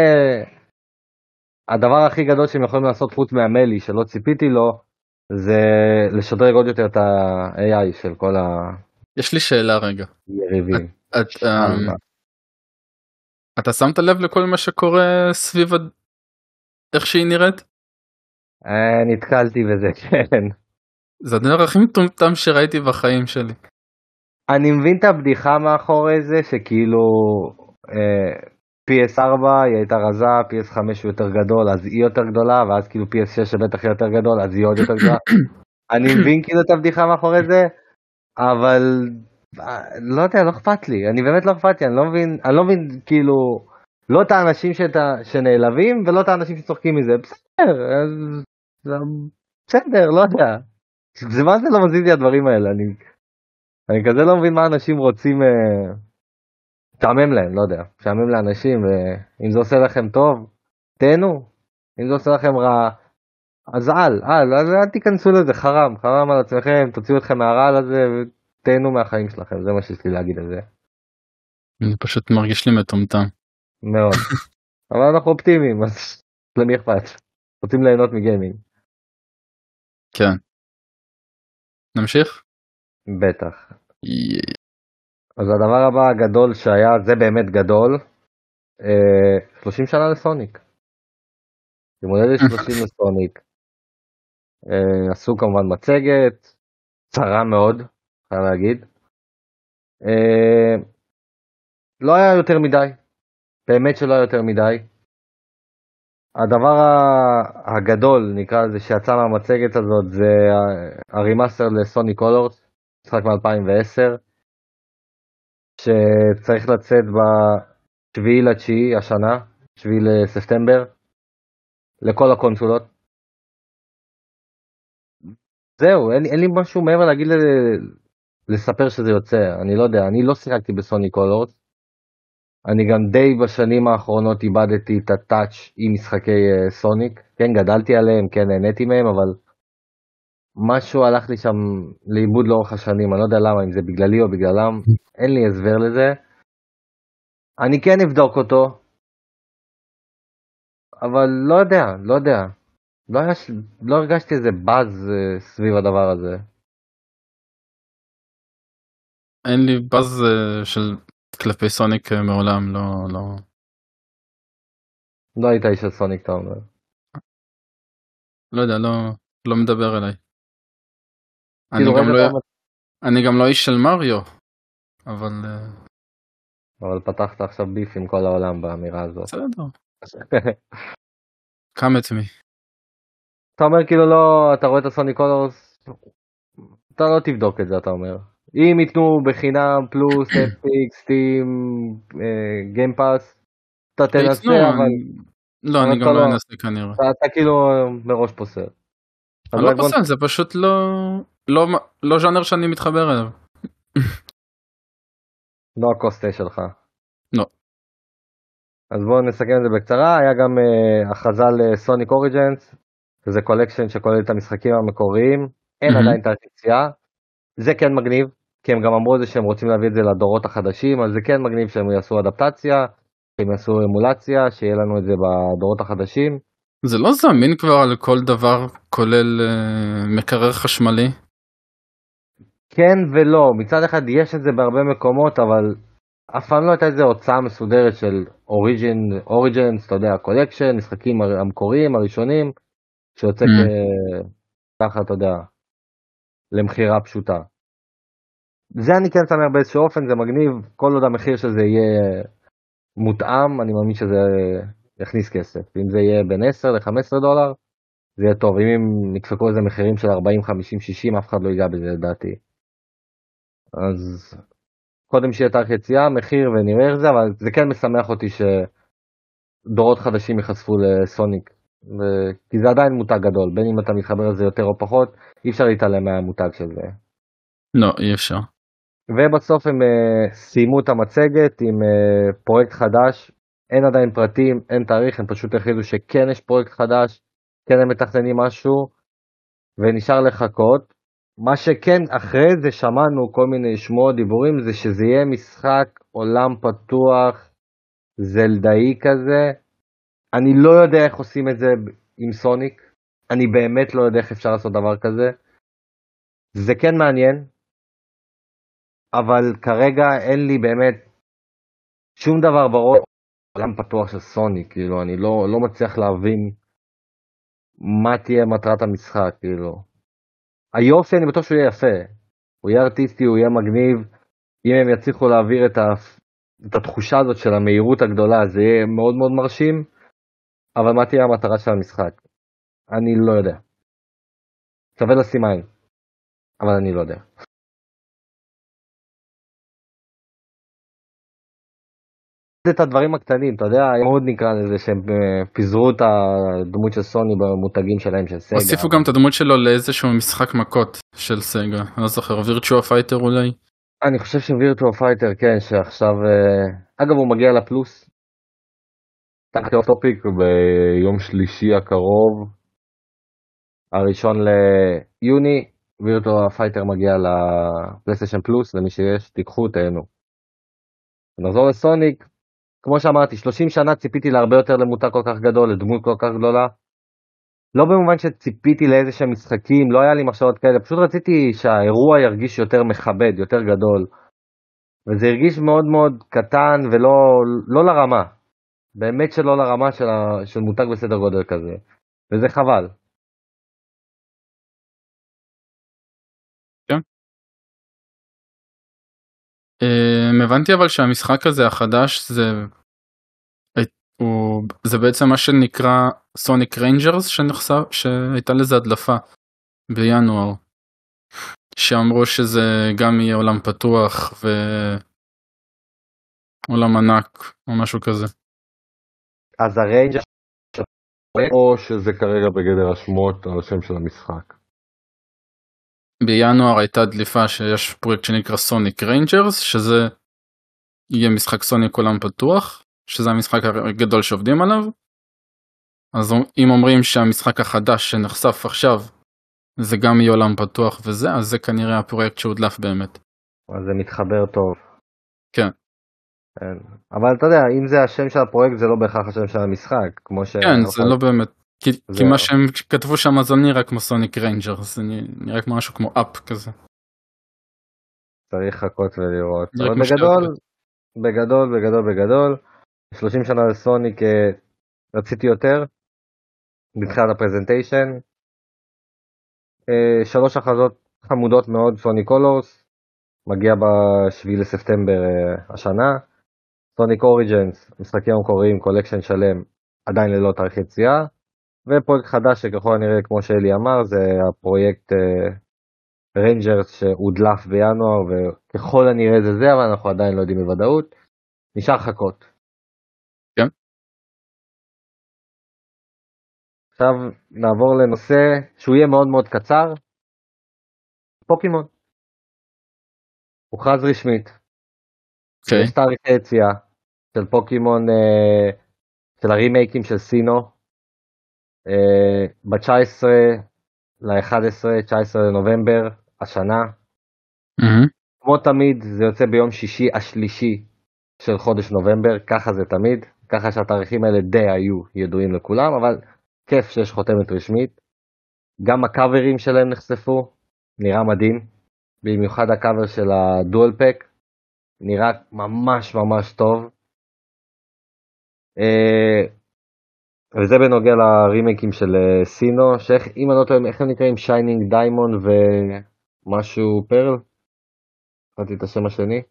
B: הדבר הכי גדול שהם יכולים לעשות חוץ מהמלי, שלא ציפיתי לו, זה לשדרג עוד יותר את ה-AI של כל
A: יש לי שאלה רגע.
B: יריבים.
A: אתה שמת לב לכל מה שקורה סביב איך שהיא נראית?
B: נתקלתי בזה, כן.
A: זה הדבר הכי מטומטם שראיתי בחיים שלי.
B: אני מבין את הבדיחה מאחורי זה, שכאילו PS4 היא הייתה רזה, PS5 הוא יותר גדול, אז היא יותר גדולה, ואז כאילו PS6 שבטח היא יותר גדול, אז היא עוד יותר גדולה. אני מבין כאילו את הבדיחה מאחורי זה, אבל לא יודע, לא אכפת לי, אני באמת לא אכפת לי, אני לא מבין כאילו, לא את האנשים שנעלבים, ולא את האנשים שצוחקים מזה, בסדר, לא יודע. זה מה זה לא מזיז לי הדברים האלה, אני כזה לא מבין מה אנשים רוצים, שעמם להם, לא יודע, שעמם לאנשים, ואם זה עושה לכם טוב, תהנו, אם זה עושה לכם רע, אז אל תיכנסו לזה, חרם על עצמכם, תוציאו אתכם מהרעל הזה ותהנו מהחיים שלכם, זה מה שיש לי להגיד על זה.
A: אני פשוט מרגיש לי מטומטם.
B: מאוד. אבל אנחנו אופטימיים, אז למי אכפת? רוצים ליהנות מגיימינג.
A: כן. נמשיך?
B: בטח. אז הדבר הבא הגדול שהיה, זה באמת גדול, 30 שנה לסוניק. יום הולדת 30 לסוניק. עשו כמובן מצגת, צרה מאוד, חייב להגיד. לא היה יותר מדי, באמת שלא היה יותר מדי. הדבר הגדול, נקרא לזה, שיצא מהמצגת הזאת, זה הרימאסטר לסוניק קולורס, משחק מ-2010, שצריך לצאת ב-7/9 השנה, 7 לספטמבר, לכל הקונסולות. זהו, אין לי משהו מעבר להגיד לספר שזה יוצא, אני לא יודע, אני לא שיחקתי בסוניק קולורס, אני גם די בשנים האחרונות איבדתי את הטאץ' עם משחקי סוניק, כן גדלתי עליהם, כן נהניתי מהם, אבל משהו הלך לי שם לאיבוד לאורך השנים, אני לא יודע למה, אם זה בגללי או בגללם, אין לי הסבר לזה. אני כן אבדוק אותו, אבל לא יודע, לא הרגשתי איזה באז סביב הדבר הזה.
A: אין לי באז של כלפי סוניק מעולם, לא.
B: לא היית איש של סוניק, אתה אומר.
A: לא יודע, לא מדבר אליי.
B: כאילו,
A: אני גם לא איש של מריו, אבל
B: אבל פתחת עכשיו ביף עם כל העולם באמירה הזאת.
A: בסדר. come at me.
B: אתה אומר כאילו לא, אתה רואה את הסוניק קולורס, אתה לא תבדוק את זה, אתה אומר. אם ייתנו בחינם פלוס, אפיק, סטים, גיימפאס, אתה תנסה, אבל...
A: לא, אני גם לא אנסה כנראה.
B: אתה כאילו מראש פוסל.
A: אני לא פוסל, זה פשוט לא ז'אנר שאני מתחבר אליו.
B: לא הקוסטה שלך.
A: לא.
B: אז בואו נסכם את זה בקצרה, היה גם הכרזה לסוניק אוריג'נס, שזה קולקשן שכולל את המשחקים המקוריים, אין עדיין תאריך יציאה, זה כן מגניב, כי הם גם אמרו את זה שהם רוצים להביא את זה לדורות החדשים, אז זה כן מגניב שהם יעשו אדפטציה, שהם יעשו אמולציה, שיהיה לנו את זה בדורות החדשים.
A: זה לא זמין כבר על כל דבר, כולל מקרר חשמלי?
B: כן ולא, מצד אחד יש את זה בהרבה מקומות, אבל אף פעם לא הייתה איזו הוצאה מסודרת של אוריג'נס, אתה יודע, קולקשן, משחקים המקוריים, הראשונים, שיוצא ככה, אתה יודע, למחירה פשוטה. זה אני כן שמח באיזשהו אופן, זה מגניב, כל עוד המחיר של זה יהיה מותאם, אני מאמין שזה יכניס כסף. אם זה יהיה בין 10 ל-15 דולר, זה יהיה טוב. אם הם נדפקו איזה מחירים של 40, 50, 60, אף אחד לא ייגע בזה לדעתי. אז קודם שיהיה תאריך יציאה, מחיר ונראה איך זה, אבל זה כן משמח אותי שדורות חדשים יחשפו לסוניק. כי זה עדיין מותג גדול, בין אם אתה מתחבר לזה יותר או פחות, אי אפשר להתעלם מהמותג של זה.
A: לא, אי אפשר.
B: ובסוף הם סיימו את המצגת עם פרויקט חדש, אין עדיין פרטים, אין תאריך, הם פשוט הכריזו שכן יש פרויקט חדש, כן הם מתכננים משהו, ונשאר לחכות. מה שכן, אחרי זה שמענו כל מיני שמועות, דיבורים, זה שזה יהיה משחק עולם פתוח, זלדאי כזה. אני לא יודע איך עושים את זה עם סוניק, אני באמת לא יודע איך אפשר לעשות דבר כזה. זה כן מעניין, אבל כרגע אין לי באמת שום דבר בראש עולם פתוח של סוניק, כאילו, אני לא מצליח להבין מה תהיה מטרת המשחק, כאילו. היופי, אני בטוח שהוא יהיה יפה, הוא יהיה ארטיסטי, הוא יהיה מגניב, אם הם יצליחו להעביר את התחושה הזאת של המהירות הגדולה, זה יהיה מאוד מאוד מרשים, אבל מה תהיה המטרה של המשחק? אני לא יודע. שווה לשים עין, אבל אני לא יודע. את הדברים הקטנים, אתה יודע, מאוד נקרא לזה שהם פיזרו את הדמות של סוני במותגים שלהם של סגה.
A: הוסיפו גם את הדמות שלו לאיזשהו משחק מכות של סגה, אני לא זוכר, וירטואל פייטר אולי?
B: אני חושב שווירטואל פייטר, כן, שעכשיו, אגב הוא מגיע לפלוס, תחת אוף טופיק ביום שלישי הקרוב, הראשון ליוני, וירטואל פייטר מגיע לפלייסטיישן פלוס, למי שיש, תיקחו, תהנו. נחזור לסוניק, כמו שאמרתי, 30 שנה ציפיתי להרבה יותר למותג כל כך גדול, לדמות כל כך גדולה. לא במובן שציפיתי לאיזה שהם משחקים, לא היה לי מחשבות כאלה, פשוט רציתי שהאירוע ירגיש יותר מכבד, יותר גדול. וזה הרגיש מאוד מאוד קטן ולא לא לרמה. באמת שלא לרמה של מותג בסדר גודל כזה. וזה חבל.
A: כן. הבנתי אבל שהמשחק הזה החדש זה בעצם מה שנקרא סוניק ריינג'רס שהייתה לזה הדלפה בינואר. שאמרו שזה גם יהיה עולם פתוח ועולם ענק או משהו כזה.
B: אז הריינג'ר או שזה כרגע בגדר השמות על השם של המשחק?
A: בינואר הייתה דליפה שיש פרויקט שנקרא סוניק ריינג'רס, שזה יהיה משחק סוניק עולם פתוח, שזה המשחק הגדול שעובדים עליו. אז אם אומרים שהמשחק החדש שנחשף עכשיו זה גם יהיה עולם פתוח וזה, אז זה כנראה הפרויקט שהודלף באמת.
B: אז זה מתחבר טוב.
A: כן.
B: כן. אבל אתה יודע, אם זה השם של הפרויקט זה לא בהכרח השם של המשחק, כמו ש...
A: כן, זה לא באמת, כי מה שהם כתבו שם זה נראה כמו סוניק ריינג'ר, זה נראה כמו משהו כמו אפ כזה.
B: צריך לחכות ולראות. אבל בגדול, 30 שנה לסוניק רציתי יותר, בתחילת הפרזנטיישן. 3 הכרזות חמודות מאוד, סוניק קולורס, מגיע ב7 לספטמבר השנה. סוניק אוריג'נס, משחקים המקוריים, קולקשן שלם, עדיין ללא תאריך יציאה. ופרויקט חדש שככל הנראה, כמו שאלי אמר, זה הפרויקט ריינג'רס שהודלף בינואר, וככל הנראה זה, אבל אנחנו עדיין לא יודעים בוודאות. נשאר חכות.
A: כן.
B: עכשיו נעבור לנושא שהוא יהיה מאוד מאוד קצר. פוקימון. הוכרז רשמית. יש תאריך יציאה של פוקימון, של הרימייקים של סינו, ב-19 ל-11, 19 לנובמבר, השנה. כמו תמיד, זה יוצא ביום שישי השלישי של חודש נובמבר, ככה זה תמיד, ככה שהתאריכים האלה די היו ידועים לכולם, אבל כיף שיש חותמת רשמית. גם הקאברים שלהם נחשפו, נראה מדהים, במיוחד הקאבר של הדואל פק, נראה ממש ממש טוב. וזה בנוגע לרימייקים של סינו, שאם אני לא טועה, איך הם נקראים? שיינינג דיימונד ומשהו פרל? קראתי את השם השני?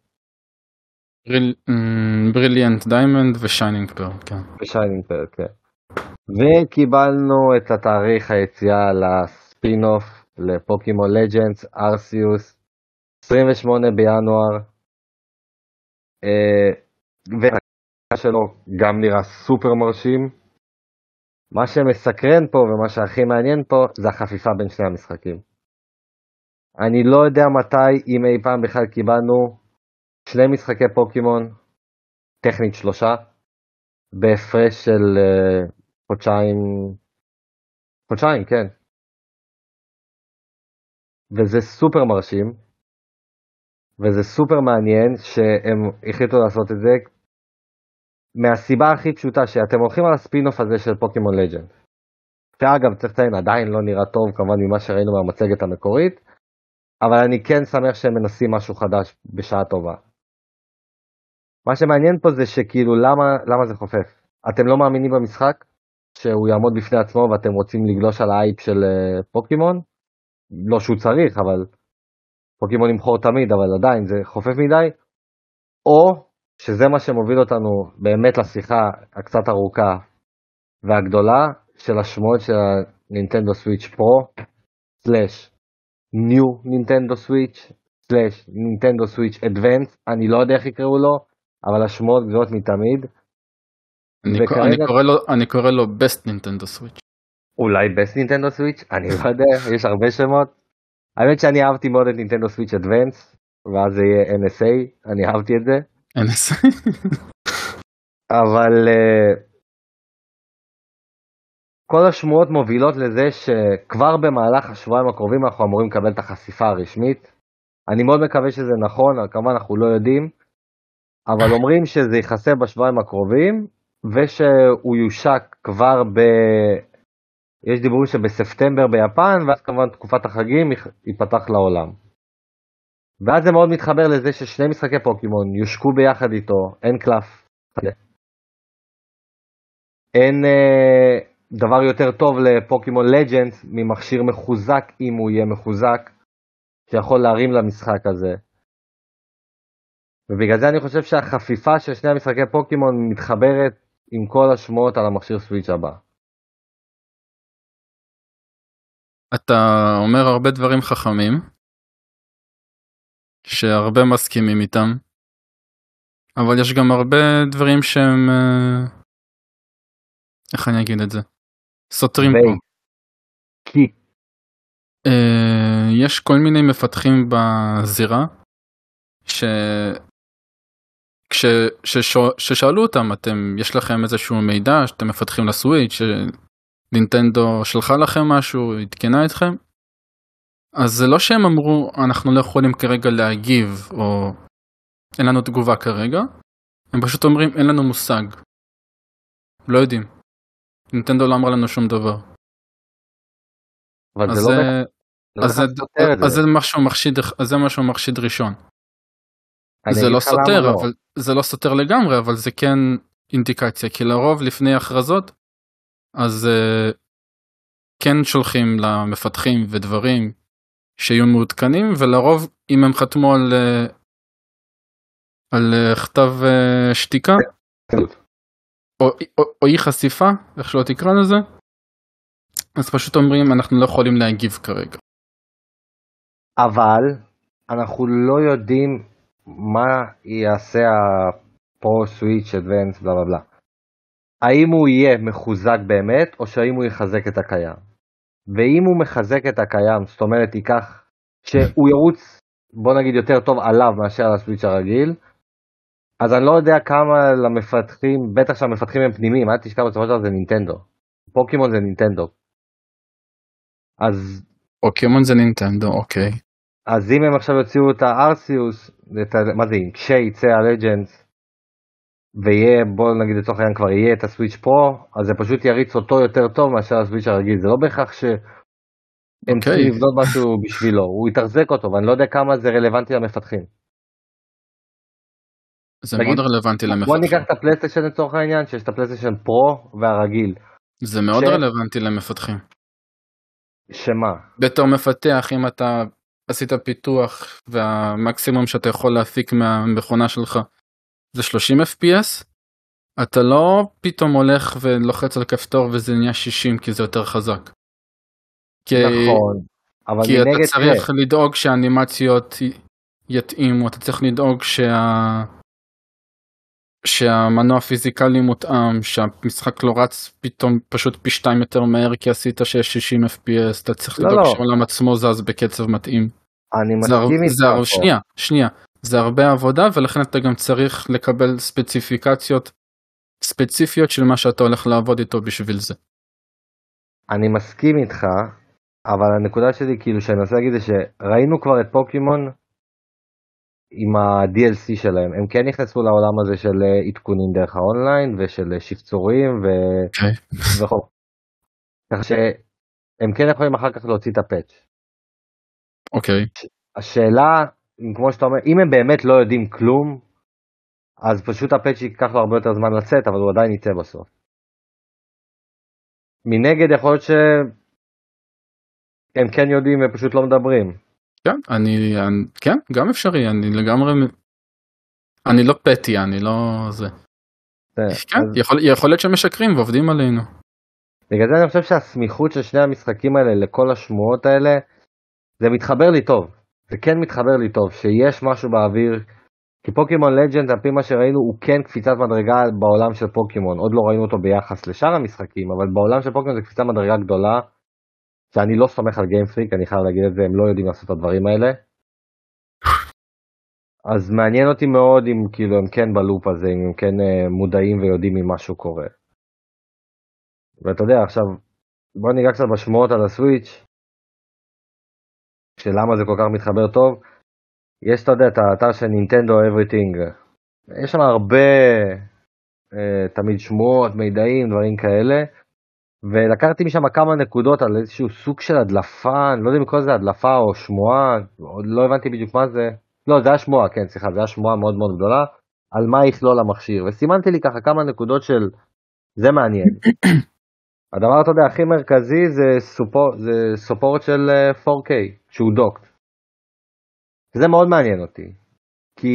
A: בריליאנט דיימונד ושיינינג פרל, כן.
B: ושיינינג פרל, כן. וקיבלנו את התאריך היציאה לספין-אוף לפוקימון לג'נדס, ארסיוס, 28 בינואר. והקטע שלו גם נראה סופר מרשים. מה שמסקרן פה ומה שהכי מעניין פה זה החפיפה בין שני המשחקים. אני לא יודע מתי, אם אי פעם בכלל קיבלנו 2 משחקי פוקימון, טכנית 3, בהפרש של חודשיים, כן. וזה סופר מרשים, וזה סופר מעניין שהם החליטו לעשות את זה, מהסיבה הכי פשוטה שאתם הולכים על הספין-אוף הזה של פוקימון לג'נד. שאגב, צריך לציין, עדיין לא נראה טוב כמובן ממה שראינו מהמצגת המקורית, אבל אני כן שמח שהם מנסים משהו חדש בשעה טובה. מה שמעניין פה זה שכאילו למה זה חופף? אתם לא מאמינים במשחק שהוא יעמוד בפני עצמו ואתם רוצים לגלוש על האייפ של פוקימון? לא שהוא צריך, אבל פוקימון ימחור תמיד, אבל עדיין זה חופף מדי. או שזה מה שמוביל אותנו באמת לשיחה הקצת ארוכה והגדולה של השמועות של הנינטנדו סוויץ' פרו סלש ניו נינטנדו סוויץ' סלש נינטנדו סוויץ' אדוונס, אני לא יודע איך יקראו לו, אבל השמועות גדולות מתמיד.
A: אני קורא לו בסט נינטנדו סוויץ'.
B: אולי בסט נינטנדו סוויץ', אני לא יודע, יש הרבה שמות. האמת שאני אהבתי מאוד את נינטנדו סוויץ' אדוונס, ואז זה יהיה NSA, אני אהבתי את זה.
A: NSA.
B: אבל כל השמועות מובילות לזה שכבר במהלך השבועיים הקרובים אנחנו אמורים לקבל את החשיפה הרשמית. אני מאוד מקווה שזה נכון, כמובן אנחנו לא יודעים, אבל אומרים שזה ייחשף בשבועיים הקרובים, ושהוא יושק כבר יש דיבורים שבספטמבר ביפן, ואז כמובן תקופת החגים ייפתח לעולם. ואז זה מאוד מתחבר לזה ששני משחקי פוקימון יושקו ביחד איתו, אין קלף. אין דבר יותר טוב לפוקימון לג'נדס ממכשיר מחוזק, אם הוא יהיה מחוזק, שיכול להרים למשחק הזה. ובגלל זה אני חושב שהחפיפה של שני המשחקי פוקימון מתחברת עם כל השמועות על המכשיר סוויץ' הבא.
A: אתה אומר הרבה דברים חכמים, שהרבה מסכימים איתם, אבל יש גם הרבה דברים שהם, איך אני אגיד את זה? סותרים פה.
B: כי?
A: יש כל מיני מפתחים בזירה, ששאלו אותם, יש לכם איזשהו מידע שאתם מפתחים לסוויץ', שנינטנדו שלחה לכם משהו, התקנה אתכם? אז זה לא שהם אמרו, אנחנו לא יכולים כרגע להגיב, או אין לנו תגובה כרגע, הם פשוט אומרים, אין לנו מושג. לא יודעים. נינטנדו לא אמרה לנו שום דבר.
B: אבל זה לא...
A: אז זה משהו מחשיד ראשון. זה לא סותר, אבל זה לא סותר לגמרי, אבל זה כן אינדיקציה, כי לרוב לפני הכרזות, אז כן שולחים למפתחים ודברים שיהיו מעודכנים, ולרוב אם הם חתמו על כתב שתיקה, או אי חשיפה, איך שלא תקרא לזה, אז פשוט אומרים אנחנו לא יכולים להגיב כרגע.
B: אבל אנחנו לא יודעים מה יעשה הפרו סוויץ' אדוונס בלה בלה בלה. האם הוא יהיה מחוזק באמת, או שהאם הוא יחזק את הקיים. ואם הוא מחזק את הקיים, זאת אומרת ייקח שהוא ירוץ, בוא נגיד יותר טוב עליו מאשר על הסוויץ' הרגיל, אז אני לא יודע כמה למפתחים, בטח שהמפתחים הם פנימיים, אל תשכח בסופו של דבר זה נינטנדו. פוקימון זה נינטנדו. אז...
A: פוקימון זה נינטנדו, אוקיי.
B: אז אם הם עכשיו יוציאו את הארסיוס, מה זה, כשיצא הלג'נדס, ויהיה, בוא נגיד לצורך העניין כבר יהיה את הסוויץ' פרו, אז זה פשוט יריץ אותו יותר טוב מאשר הסוויץ' הרגיל. זה לא בהכרח שהם צריכים לבנות משהו בשבילו, הוא יתחזק אותו, ואני לא יודע כמה זה רלוונטי למפתחים.
A: זה מאוד רלוונטי למפתחים.
B: בוא ניקח את הפלייסטיישן לצורך העניין, שיש את הפלייסטיישן פרו והרגיל.
A: זה מאוד רלוונטי למפתחים.
B: שמה?
A: בתור מפתח, אם אתה עשית פיתוח, והמקסימום שאתה יכול להפיק מהמכונה שלך, זה 30 FPS, אתה לא פתאום הולך ולוחץ על כפתור וזה נהיה 60 כי זה יותר חזק.
B: נכון.
A: כי אתה צריך לדאוג שהאנימציות יתאימו, אתה צריך לדאוג שהמנוע פיזיקלי מותאם, שהמשחק לא רץ פתאום פשוט פי 2 יותר מהר כי עשית שיש 60 FPS, אתה צריך לדאוג שהעולם עצמו זז בקצב מתאים.
B: אני מסכים איתך.
A: שנייה. זה הרבה עבודה, ולכן אתה גם צריך לקבל ספציפיקציות ספציפיות של מה שאתה הולך לעבוד איתו בשביל זה.
B: אני מסכים איתך, אבל הנקודה שלי כאילו שאני רוצה להגיד זה שראינו כבר את פוקימון עם ה-DLC שלהם, הם כן נכנסו לעולם הזה של עדכונים דרך האונליין ושל שפצורים וכו'. כך שהם כן יכולים אחר כך להוציא את הפאץ'.
A: אוקיי.
B: השאלה, כמו שאתה אומר, אם הם באמת לא יודעים כלום, אז פשוט הפאץ' ייקח לו הרבה יותר זמן לצאת, אבל הוא עדיין יצא בסוף. מנגד יכול להיות שהם כן יודעים ופשוט לא מדברים.
A: כן, כן, גם אפשרי, אני לגמרי, אני לא פטי, אני לא זה. כן, יכול להיות שהם משקרים ועובדים עלינו.
B: בגלל זה אני חושב שהסמיכות של שני המשחקים האלה לכל השמועות האלה, זה מתחבר לי טוב. זה כן מתחבר לי טוב, שיש משהו באוויר, כי פוקימון לג'נד, על פי מה שראינו, הוא כן קפיצת מדרגה בעולם של פוקימון, עוד לא ראינו אותו ביחס לשאר המשחקים, אבל בעולם של פוקימון זה קפיצת מדרגה גדולה, שאני לא סומך על גיימפריק, אני חייב להגיד את זה, הם לא יודעים לעשות את הדברים האלה. אז מעניין אותי מאוד אם כאילו הם כן בלופ הזה, אם הם כן מודעים ויודעים אם משהו קורה. ואתה יודע, עכשיו, בוא ניגע קצת בשמועות על הסוויץ', שלמה זה כל כך מתחבר טוב. יש, אתה יודע, את האתר של נינטנדו Everything. יש שם הרבה, תמיד שמועות, מידעים, דברים כאלה. ולקחתי משם כמה נקודות על איזשהו סוג של הדלפה, אני לא יודע אם לקרוא לזה הדלפה או שמועה, עוד לא הבנתי בדיוק מה זה. לא, זה היה שמועה, כן, סליחה, זה היה שמועה מאוד מאוד גדולה, על מה יכלול המכשיר. וסימנתי לי ככה כמה נקודות של, זה מעניין. הדבר, אתה יודע, הכי מרכזי זה סופורט של 4K, שהוא דוקט. זה מאוד מעניין אותי, כי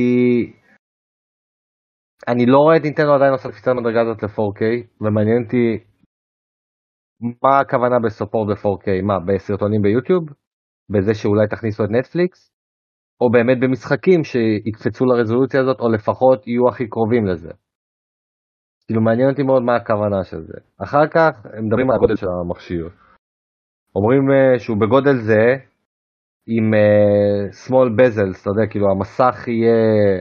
B: אני לא רואה את נינטנדו עדיין עושה קפיצת מדרגה הזאת ל-4K, ומעניין אותי מה הכוונה בסופורט ב-4K, מה, בסרטונים ביוטיוב? בזה שאולי תכניסו את נטפליקס? או באמת במשחקים שיקפצו לרזולוציה הזאת, או לפחות יהיו הכי קרובים לזה. כאילו מעניין אותי מאוד מה הכוונה של זה. אחר כך הם מדברים על הגודל של המכשיר. אומרים שהוא בגודל זה, עם small bezels, אתה יודע, כאילו המסך יהיה,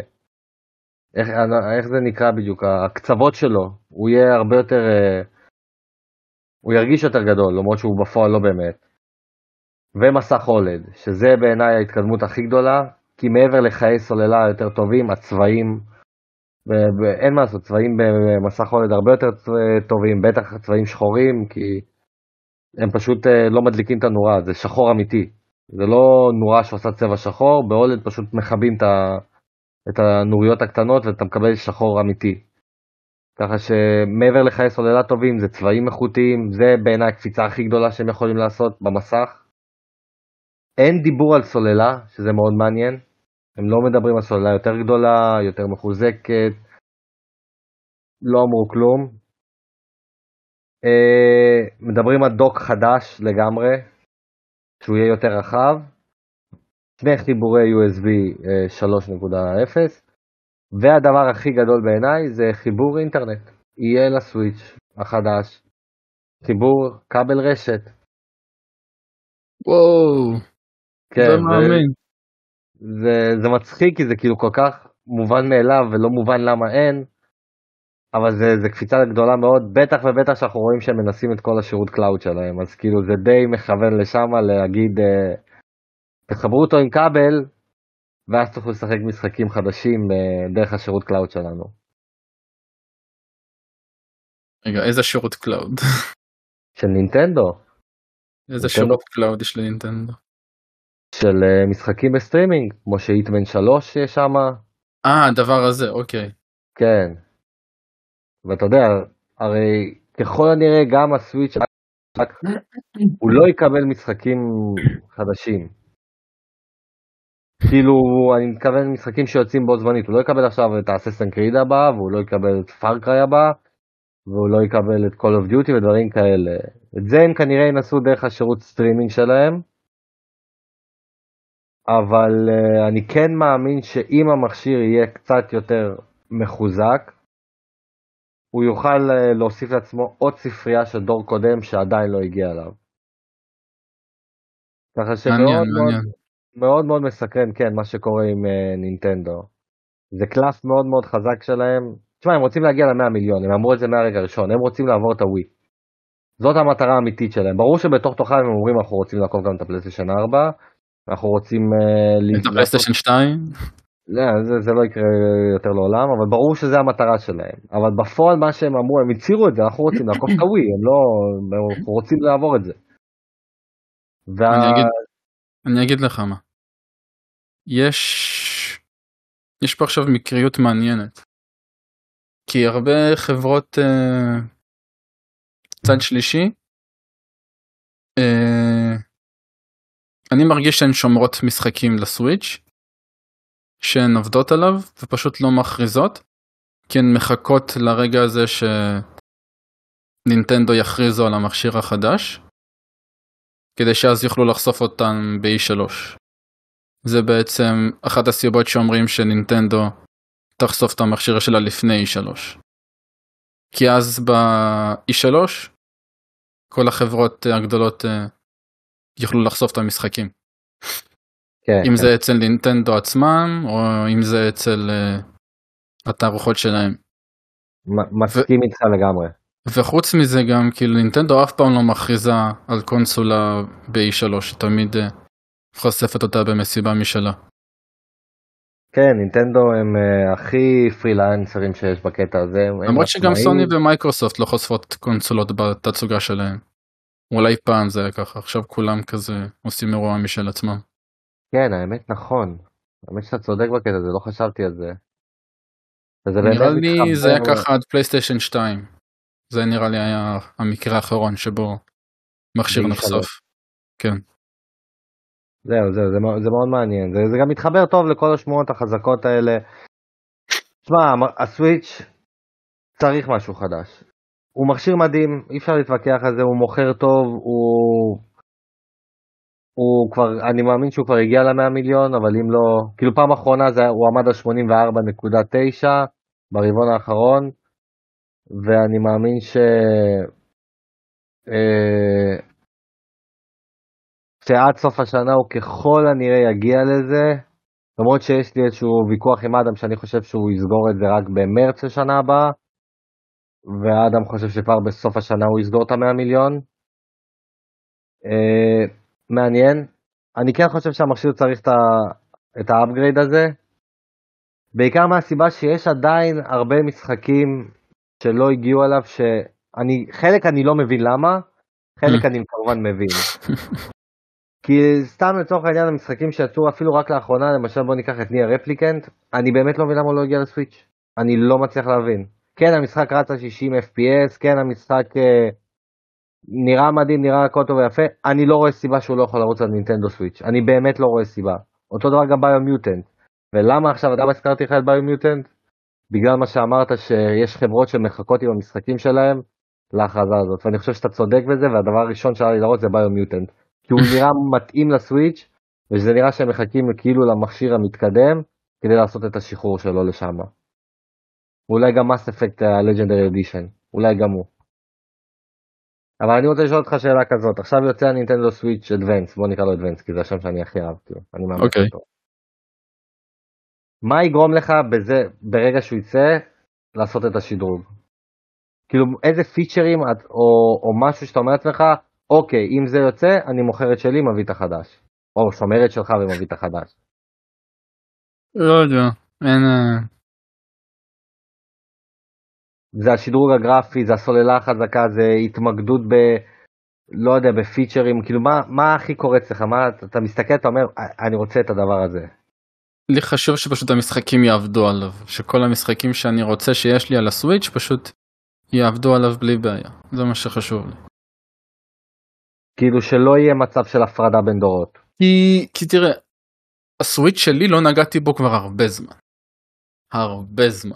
B: איך זה נקרא בדיוק, הקצוות שלו, הוא יהיה הרבה יותר, הוא ירגיש יותר גדול, למרות שהוא בפועל לא באמת. ומסך אולד, שזה בעיניי ההתקדמות הכי גדולה, כי מעבר לחיי סוללה יותר טובים, הצבעים, ואין מה לעשות, צבעים במסך אולד הרבה יותר טובים, בטח צבעים שחורים, כי הם פשוט לא מדליקים את הנורה, זה שחור אמיתי. זה לא נורה שעושה צבע שחור, באולד פשוט מכבים את הנוריות הקטנות ואתה מקבל שחור אמיתי. ככה שמעבר לחיי סוללה טובים, זה צבעים איכותיים, זה בעיניי הקפיצה הכי גדולה שהם יכולים לעשות במסך. אין דיבור על סוללה, שזה מאוד מעניין. הם לא מדברים על סוללה יותר גדולה, יותר מחוזקת. לא אמרו כלום. מדברים על דוק חדש לגמרי, שהוא יהיה יותר רחב. שני חיבורי USB 3.0. והדבר הכי גדול בעיניי זה חיבור אינטרנט. יהיה לסוויץ' החדש. חיבור כבל רשת.
A: וואו.
B: כן,
A: זה מאמין.
B: זה מצחיק כי זה כאילו כל כך מובן מאליו ולא מובן למה אין, אבל זה קפיצה גדולה מאוד, בטח ובטח שאנחנו רואים שהם מנסים את כל השירות קלאוד שלהם, אז כאילו זה די מכוון לשם להגיד, תחברו אותו עם כבל, ואז תוכלו לשחק משחקים חדשים דרך השירות קלאוד שלנו.
A: רגע, איזה שירות קלאוד?
B: של נינטנדו.
A: איזה שירות קלאוד יש לנינטנדו?
B: של משחקים בסטרימינג, כמו שהיטמן 3 יש שם.
A: הדבר הזה, אוקיי.
B: כן. ואתה יודע, הרי ככל הנראה גם הסוויץ' הוא לא יקבל משחקים חדשים. כאילו, אני מתכוון משחקים שיוצאים בו זמנית, הוא לא יקבל עכשיו את האססן קריד הבא, והוא לא יקבל את פארקריי הבא, והוא לא יקבל את Call of Duty ודברים כאלה. את זה הם כנראה ינסו דרך השירות סטרימינג שלהם, אבל אני כן מאמין שאם המכשיר יהיה קצת יותר מחוזק, הוא יוכל להוסיף לעצמו עוד ספרייה של דור קודם שעדיין לא הגיע אליו. ככה שמאוד מאוד מאוד מסקרן, כן, מה שקורה עם נינטנדו. זה קלאס מאוד מאוד חזק שלהם. תשמע, הם רוצים להגיע ל100 מיליון, הם אמרו את זה מהרגע הראשון, הם רוצים לעבור את הווי. זאת המטרה האמיתית שלהם. ברור שבתוך תוכם הם אומרים, אנחנו רוצים לעקוב גם את הפלייסטיישן 4, אנחנו רוצים...
A: את הפלייסטיישן 2?
B: לא, זה לא יקרה יותר לעולם, אבל ברור שזה המטרה שלהם. אבל בפועל מה שהם אמרו, הם הצהירו את זה, אנחנו רוצים לעקוף את הווי, אנחנו רוצים לעבור את זה.
A: אני אגיד לך מה. יש פה עכשיו מקריות מעניינת. כי הרבה חברות צד שלישי, אני מרגיש שהן שומרות משחקים לסוויץ' שהן עובדות עליו ופשוט לא מכריזות, כי הן מחכות לרגע הזה שנינטנדו יכריזו על המכשיר החדש, כדי שאז יוכלו לחשוף אותם ב-E3. זה בעצם אחת הסיבות שאומרים שנינטנדו תחשוף את המכשיר שלה לפני E3. כי אז ב-E3 כל החברות הגדולות יוכלו לחשוף את המשחקים.
B: כן,
A: אם
B: כן.
A: זה אצל נינטנדו עצמם, או אם זה אצל התערוכות שלהם.
B: מסכים איתך לגמרי.
A: וחוץ מזה גם, כאילו נינטנדו אף פעם לא מכריזה על קונסולה ב-E3, תמיד חושפת אותה במסיבה משלה.
B: כן, נינטנדו הם הכי פרילנסרים שיש בקטע הזה.
A: למרות שגם סוני ומייקרוסופט לא חושפות קונסולות בתצוגה שלהם. אולי פעם זה היה ככה, עכשיו כולם כזה עושים אירוע משל עצמם.
B: כן, האמת נכון. האמת שאתה צודק בקטע הזה, לא חשבתי על זה.
A: נראה לי זה היה ככה עד פלייסטיישן 2. זה נראה לי היה המקרה האחרון שבו מכשיר נחשף. כן.
B: זהו, זה מאוד מעניין. זה גם מתחבר טוב לכל השמועות החזקות האלה. תשמע, הסוויץ' צריך משהו חדש. הוא מכשיר מדהים, אי אפשר להתווכח על זה, הוא מוכר טוב, הוא כבר, אני מאמין שהוא כבר הגיע ל100 מיליון, אבל אם לא, כאילו פעם אחרונה הוא עמד על 84.9 ברבעון האחרון, ואני מאמין שעד סוף השנה הוא ככל הנראה יגיע לזה, למרות שיש לי איזשהו ויכוח עם אדם שאני חושב שהוא יסגור את זה רק במרץ לשנה הבאה, ואדם חושב שכבר בסוף השנה הוא יסגור את ה100 מיליון. מעניין. אני כן חושב שהמכשיר צריך את האפגרייד הזה, בעיקר מהסיבה שיש עדיין הרבה משחקים שלא הגיעו עליו, חלק אני לא מבין למה, חלק אני כמובן מבין. כי סתם לצורך העניין המשחקים שיצאו אפילו רק לאחרונה, למשל בוא ניקח את נייר רפליקנט, אני באמת לא מבין למה הוא לא הגיע לסוויץ'. אני לא מצליח להבין. כן, המשחק רץ על 60 FPS, כן, המשחק נראה מדהים, נראה הכל טוב ויפה, אני לא רואה סיבה שהוא לא יכול לרוץ על נינטנדו סוויץ'. אני באמת לא רואה סיבה. אותו דבר גם ביומיוטנט. ולמה עכשיו, אתה הזכרתי לך את ביומיוטנט? בגלל מה שאמרת שיש חברות שמחכות עם המשחקים שלהם להכרזה הזאת. ואני חושב שאתה צודק בזה, והדבר הראשון שהיה לי לראות זה ביומיוטנט. כי הוא נראה מתאים לסוויץ', ושזה נראה שהם מחכים כאילו למכשיר המתקדם, כדי לעשות את השחרור שלו לשם. אולי גם Mass Effect Legendary Edition, אולי גם הוא. אבל אני רוצה לשאול אותך שאלה כזאת, עכשיו יוצא הנינטנדו סוויץ' אדוונס, בוא נקרא לו אדוונס, כי זה השם שאני הכי אהבתי, אני מאמין אותו. מה יגרום לך בזה, ברגע שהוא יצא, לעשות את השדרוג? כאילו איזה פיצ'רים או משהו שאתה אומר לעצמך, אוקיי, אם זה יוצא, אני מוכר את שלי, מביא את החדש. או שומר את שלך ומביא את החדש.
A: לא יודע, אין...
B: זה השדרוג הגרפי, זה הסוללה החזקה, זה התמקדות לא יודע, בפיצ'רים, כאילו מה הכי קורץ לך? מה, אתה מסתכל, אתה אומר, אני רוצה את הדבר הזה.
A: לי חשוב שפשוט המשחקים יעבדו עליו, שכל המשחקים שאני רוצה שיש לי על הסוויץ' פשוט יעבדו עליו בלי בעיה, זה מה שחשוב לי.
B: כאילו שלא יהיה מצב של הפרדה בין דורות.
A: כי תראה, הסוויץ' שלי לא נגעתי בו כבר הרבה זמן. הרבה זמן.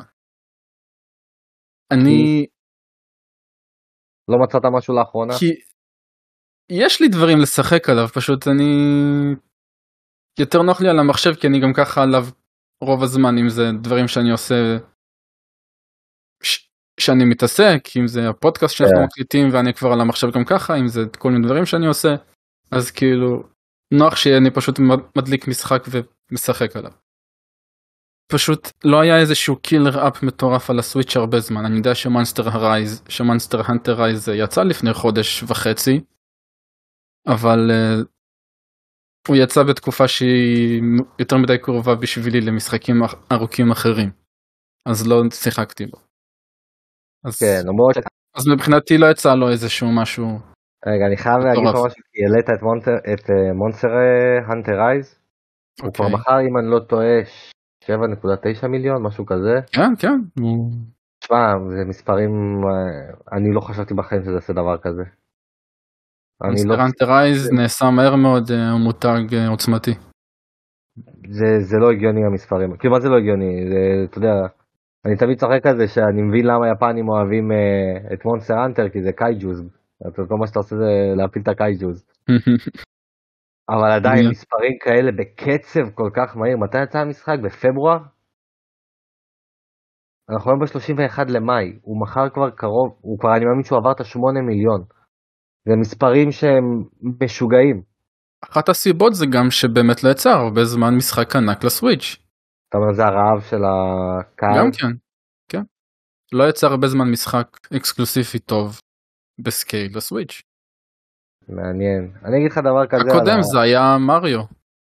A: אני...
B: לא מצאת משהו לאחרונה?
A: כי יש לי דברים לשחק עליו, פשוט אני... יותר נוח לי על המחשב, כי אני גם ככה עליו רוב הזמן, אם זה דברים שאני עושה, שאני מתעסק, אם זה הפודקאסט שאנחנו מקליטים, ואני כבר על המחשב גם ככה, אם זה כל מיני דברים שאני עושה, אז כאילו, נוח שאני פשוט מדליק משחק ומשחק עליו. פשוט לא היה איזשהו קילר אפ מטורף על הסוויץ' הרבה זמן. אני יודע שמונסטר הנטר רייז יצא לפני חודש וחצי, אבל הוא יצא בתקופה שהיא יותר מדי קרובה בשבילי למשחקים ארוכים אחרים, אז לא שיחקתי בו.
B: כן, למרות...
A: אז מבחינתי לא יצא לו איזשהו משהו.
B: רגע, אני חייב להגיד פה משהו, כי העלית את מונסטר הנטר רייז, הוא כבר מחר, אם אני לא טועה, 7.9 מיליון, משהו כזה.
A: כן, כן.
B: תשמע, זה מספרים, אני לא חשבתי בחיים שזה עושה דבר כזה.
A: מונסטר הנטר רייז נעשה מהר מאוד מותג עוצמתי.
B: זה לא הגיוני המספרים, כאילו מה זה לא הגיוני, אתה יודע, אני תמיד צוחק על זה שאני מבין למה יפנים אוהבים את מונסטר הנטר, כי זה קייג'וז, כל מה שאתה עושה זה להפיל את הקייג'וז. אבל עדיין מספרים כאלה בקצב כל כך מהיר. מתי יצא המשחק? בפברואר? אנחנו היום ב-31 למאי, הוא מחר כבר קרוב, אני מאמין שהוא עבר את ה8 מיליון. זה מספרים שהם משוגעים.
A: אחת הסיבות זה גם שבאמת לא יצא הרבה זמן משחק ענק לסוויץ'.
B: זאת אומרת, זה הרעב של הקהל?
A: גם כן, כן. לא יצא הרבה זמן משחק אקסקלוסיבי טוב בסקייל לסוויץ'.
B: מעניין. אני אגיד לך דבר כזה
A: הקודם זה היה מריו.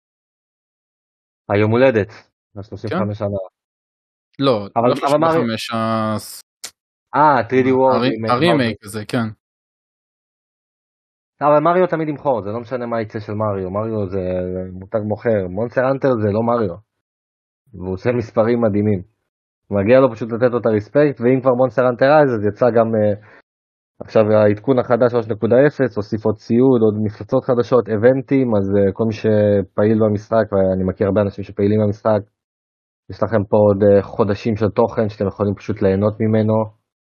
B: היום הולדת, ה-35
A: כן.
B: שנה.
A: לא,
B: אבל-
A: לא
B: אבל
A: 35,
B: 3D World.
A: הרימייק הזה, כן.
B: אבל מריו תמיד ימכור, זה לא משנה מה יצא של מריו. מריו זה מותג מוכר. מונסטר הנטר זה לא מריו. והוא עושה מספרים מדהימים. מגיע לו פשוט לתת לו את הרספקט, ואם כבר מונסטר הנטר אז יצא גם עכשיו העדכון החדש 3.0, הוסיף עוד ציוד, עוד מפלצות חדשות, איבנטים, אז כל מי שפעיל במשחק, ואני מכיר הרבה אנשים שפעילים במשחק, יש לכם פה עוד חודשים של תוכן שאתם יכולים פשוט ליהנות ממנו,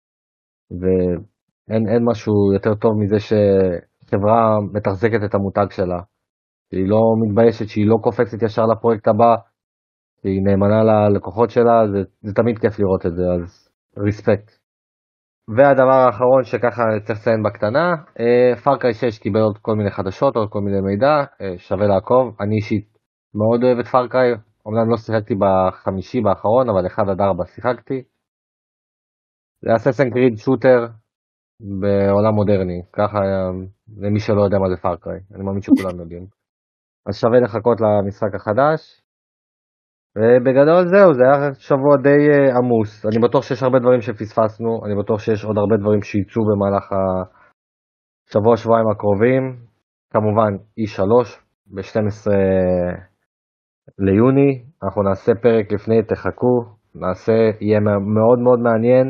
B: ואין משהו יותר טוב מזה שחברה מתחזקת את המותג שלה, שהיא לא מתביישת, שהיא לא קופצת ישר לפרויקט הבא, שהיא נאמנה ללקוחות שלה, זה תמיד כיף לראות את זה, אז ריספקט. והדבר האחרון שככה צריך לציין בקטנה, פארקריי 6 קיבל עוד כל מיני חדשות, עוד כל מיני מידע, שווה לעקוב. אני אישית מאוד אוהב את פארקריי, אומנם לא שיחקתי בחמישי באחרון, אבל 1-4 שיחקתי. זה אסאסינס קריד שוטר בעולם מודרני, ככה למי שלא יודע מה זה פארקריי, אני מאמין שכולם יודעים. אז שווה לחכות למשחק החדש. ובגדול זהו, זה היה שבוע די עמוס. אני בטוח שיש הרבה דברים שפספסנו, אני בטוח שיש עוד הרבה דברים שיצאו במהלך השבוע-שבועיים הקרובים. כמובן E3 ב-12 ליוני, אנחנו נעשה פרק לפני, תחכו, יהיה מאוד מאוד מעניין.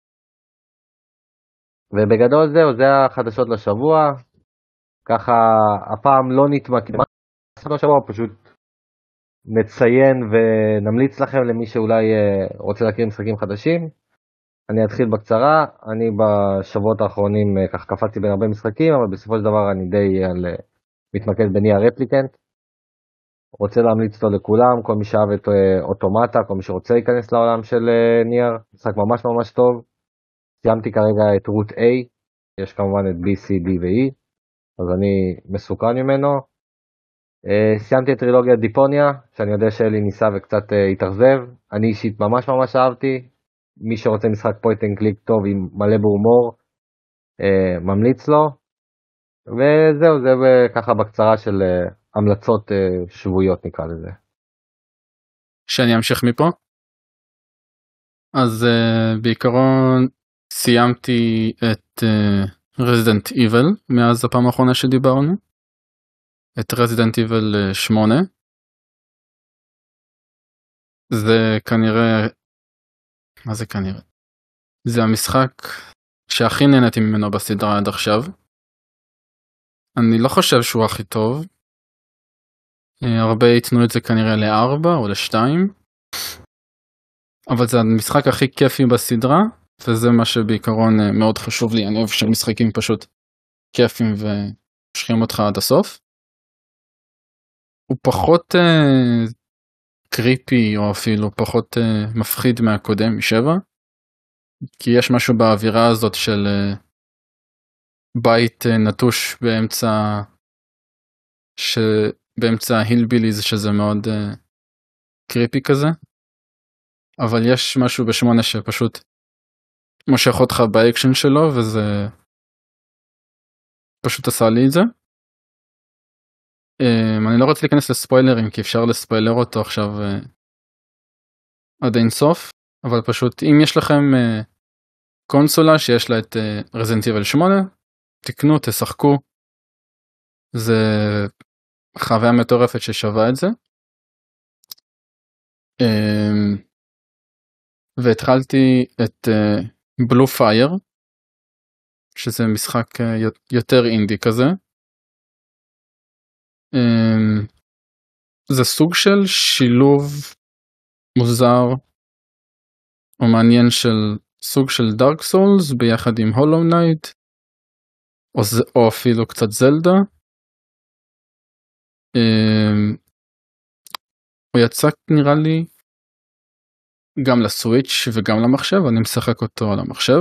B: ובגדול זהו, זה החדשות לשבוע. ככה הפעם לא נתמקד, השבוע פשוט נציין ונמליץ לכם למי שאולי רוצה להכיר משחקים חדשים. אני אתחיל בקצרה, אני בשבועות האחרונים כך קפצתי בין הרבה משחקים, אבל בסופו של דבר אני די מתמקד בניה רפליקנט. רוצה להמליץ אותו לכולם, כל מי שאהב את אוטומטה, כל מי שרוצה להיכנס לעולם של ניר, משחק ממש ממש טוב. סיימתי כרגע את רוט A, יש כמובן את B, C, D ו-E, אז אני מסוכן ממנו. סיימתי את טרילוגיית דיפוניה, שאני יודע שאלי ניסה וקצת התאכזב. אני אישית ממש ממש אהבתי. מי שרוצה משחק פוינט אנד קליק טוב עם מלא בהומור, ממליץ לו. וזהו, זה ככה בקצרה של המלצות שבועיות נקרא לזה.
A: שאני אמשיך מפה? אז בעיקרון סיימתי את Resident Evil מאז הפעם האחרונה שדיברנו. את Resident Evil 8. זה כנראה, מה זה כנראה? זה המשחק שהכי נהניתי ממנו בסדרה עד עכשיו. אני לא חושב שהוא הכי טוב. הרבה יתנו את זה כנראה ל4 או ל2. אבל זה המשחק הכי כיפי בסדרה, וזה מה שבעיקרון מאוד חשוב לי. אני אוהב שהמשחקים פשוט כיפים ומשכים אותך עד הסוף. הוא פחות קריפי, או אפילו פחות מפחיד מהקודם, מ7, כי יש משהו באווירה הזאת של בית נטוש באמצע הילביליז, שזה מאוד קריפי כזה. אבל יש משהו ב8 שפשוט מושך אותך באקשן שלו, וזה פשוט עשה לי את זה. אני לא רוצה להיכנס לספוילרים, כי אפשר לספוילר אותו עכשיו עד אין סוף, אבל פשוט אם יש לכם קונסולה שיש לה את Resident Evil 8, תקנו, תשחקו, זה חוויה מטורפת ששווה את זה. והתחלתי את Blue Fire, שזה משחק יותר אינדי כזה. זה סוג של שילוב מוזר או מעניין של סוג של דארק סולס ביחד עם הולו נייט, או אפילו קצת זלדה. הוא יצא נראה לי גם לסוויץ' וגם למחשב, אני משחק אותו על המחשב.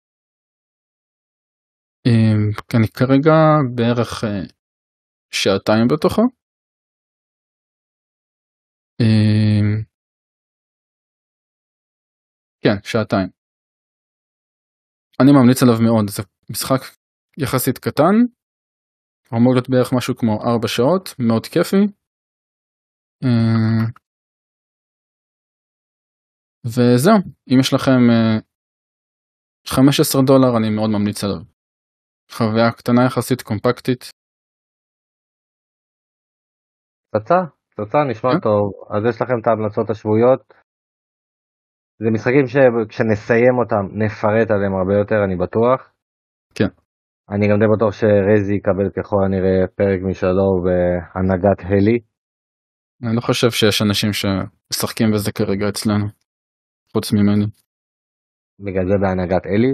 A: אני כרגע בערך שעתיים בתוכו. כן, שעתיים. אני ממליץ עליו מאוד, זה משחק יחסית קטן, אמור להיות בערך משהו כמו 4 שעות, מאוד כיפי. וזהו, אם יש לכם $15 אני מאוד ממליץ עליו. חוויה קטנה יחסית, קומפקטית.
B: פצצה נשמע טוב. אז יש לכם את ההמלצות השבועיות. זה משחקים שכשנסיים אותם נפרט עליהם הרבה יותר, אני בטוח.
A: כן.
B: אני גם די בטוח שרזי יקבל ככל הנראה פרק משלו בהנהגת הלי.
A: אני לא חושב שיש אנשים שמשחקים בזה כרגע אצלנו, חוץ ממני.
B: בגלל זה בהנהגת אלי.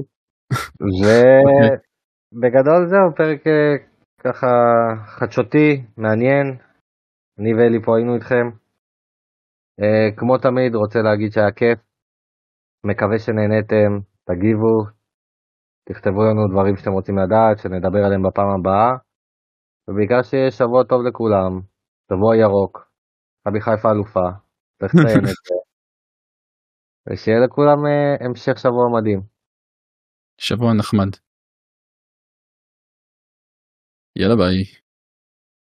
B: ובגדול זהו, פרק ככה חדשותי, מעניין. אני ואלי פה היינו איתכם. כמו תמיד רוצה להגיד שהיה כיף. מקווה שנהנתם, תגיבו, תכתבו לנו דברים שאתם רוצים לדעת, שנדבר עליהם בפעם הבאה. ובעיקר שיהיה שבוע טוב לכולם, שבוע ירוק, מכבי חיפה אלופה, צריך לציין את זה. ושיהיה לכולם המשך שבוע מדהים.
A: שבוע נחמד. יאללה ביי.